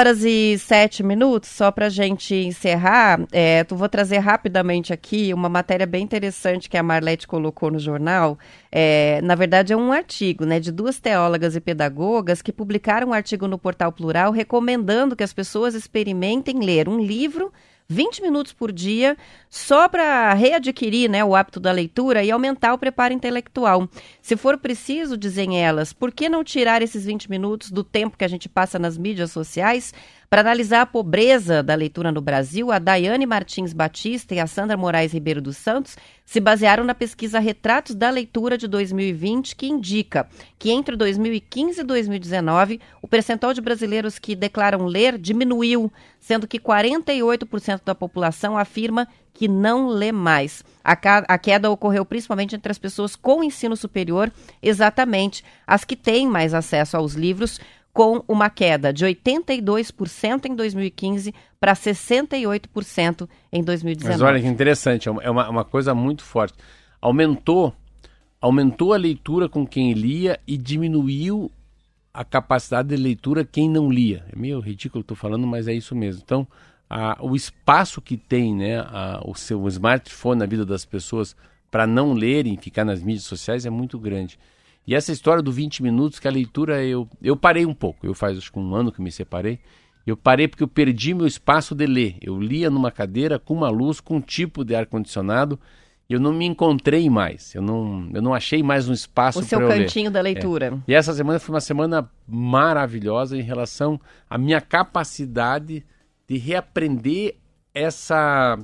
8h07, só para a gente encerrar, vou trazer rapidamente aqui uma matéria bem interessante que a Marlete colocou no jornal. Na verdade é um artigo, né, de 2 teólogas e pedagogas que publicaram um artigo no Portal Plural recomendando que as pessoas experimentem ler um livro 20 minutos por dia, só para readquirir, né, o hábito da leitura e aumentar o preparo intelectual. Se for preciso, dizem elas, por que não tirar esses 20 minutos do tempo que a gente passa nas mídias sociais? Para analisar a pobreza da leitura no Brasil, a Daiane Martins Batista e a Sandra Moraes Ribeiro dos Santos se basearam na pesquisa Retratos da Leitura de 2020, que indica que entre 2015 e 2019, o percentual de brasileiros que declaram ler diminuiu, sendo que 48% da população afirma que não lê mais. A queda ocorreu principalmente entre as pessoas com ensino superior, exatamente as que têm mais acesso aos livros, com uma queda de 82% em 2015 para 68% em 2019. Mas olha que interessante, é uma coisa muito forte. Aumentou a leitura com quem lia e diminuiu a capacidade de leitura quem não lia. É meio ridículo estou falando, mas é isso mesmo. Então, o espaço que tem, né, o seu smartphone na vida das pessoas para não lerem, ficar nas mídias sociais é muito grande. E essa história do 20 minutos, que a leitura eu parei um pouco. Eu faz acho que 1 ano que me separei. Eu parei porque eu perdi meu espaço de ler. Eu lia numa cadeira com uma luz, com um tipo de ar-condicionado. Eu não me encontrei mais, eu não achei mais um espaço para eu ler. O seu cantinho da leitura. E essa semana foi uma semana maravilhosa em relação à minha capacidade de reaprender essa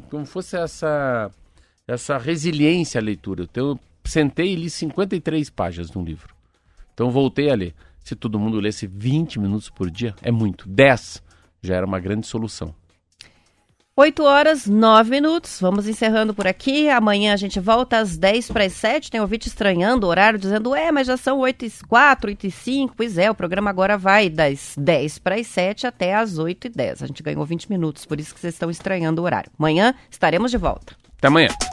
resiliência à leitura. Então eu sentei e li 53 páginas de um livro. Então voltei a ler. Se todo mundo lesse 20 minutos por dia, é muito. 10 já era uma grande solução. 8h09. Vamos encerrando por aqui. Amanhã a gente volta às 10:50. Tem ouvinte estranhando o horário, dizendo, mas já são 8h04, 8h05. Pois é, o programa agora vai das 10:07 até às 8h10. A gente ganhou 20 minutos, por isso que vocês estão estranhando o horário. Amanhã estaremos de volta. Até amanhã.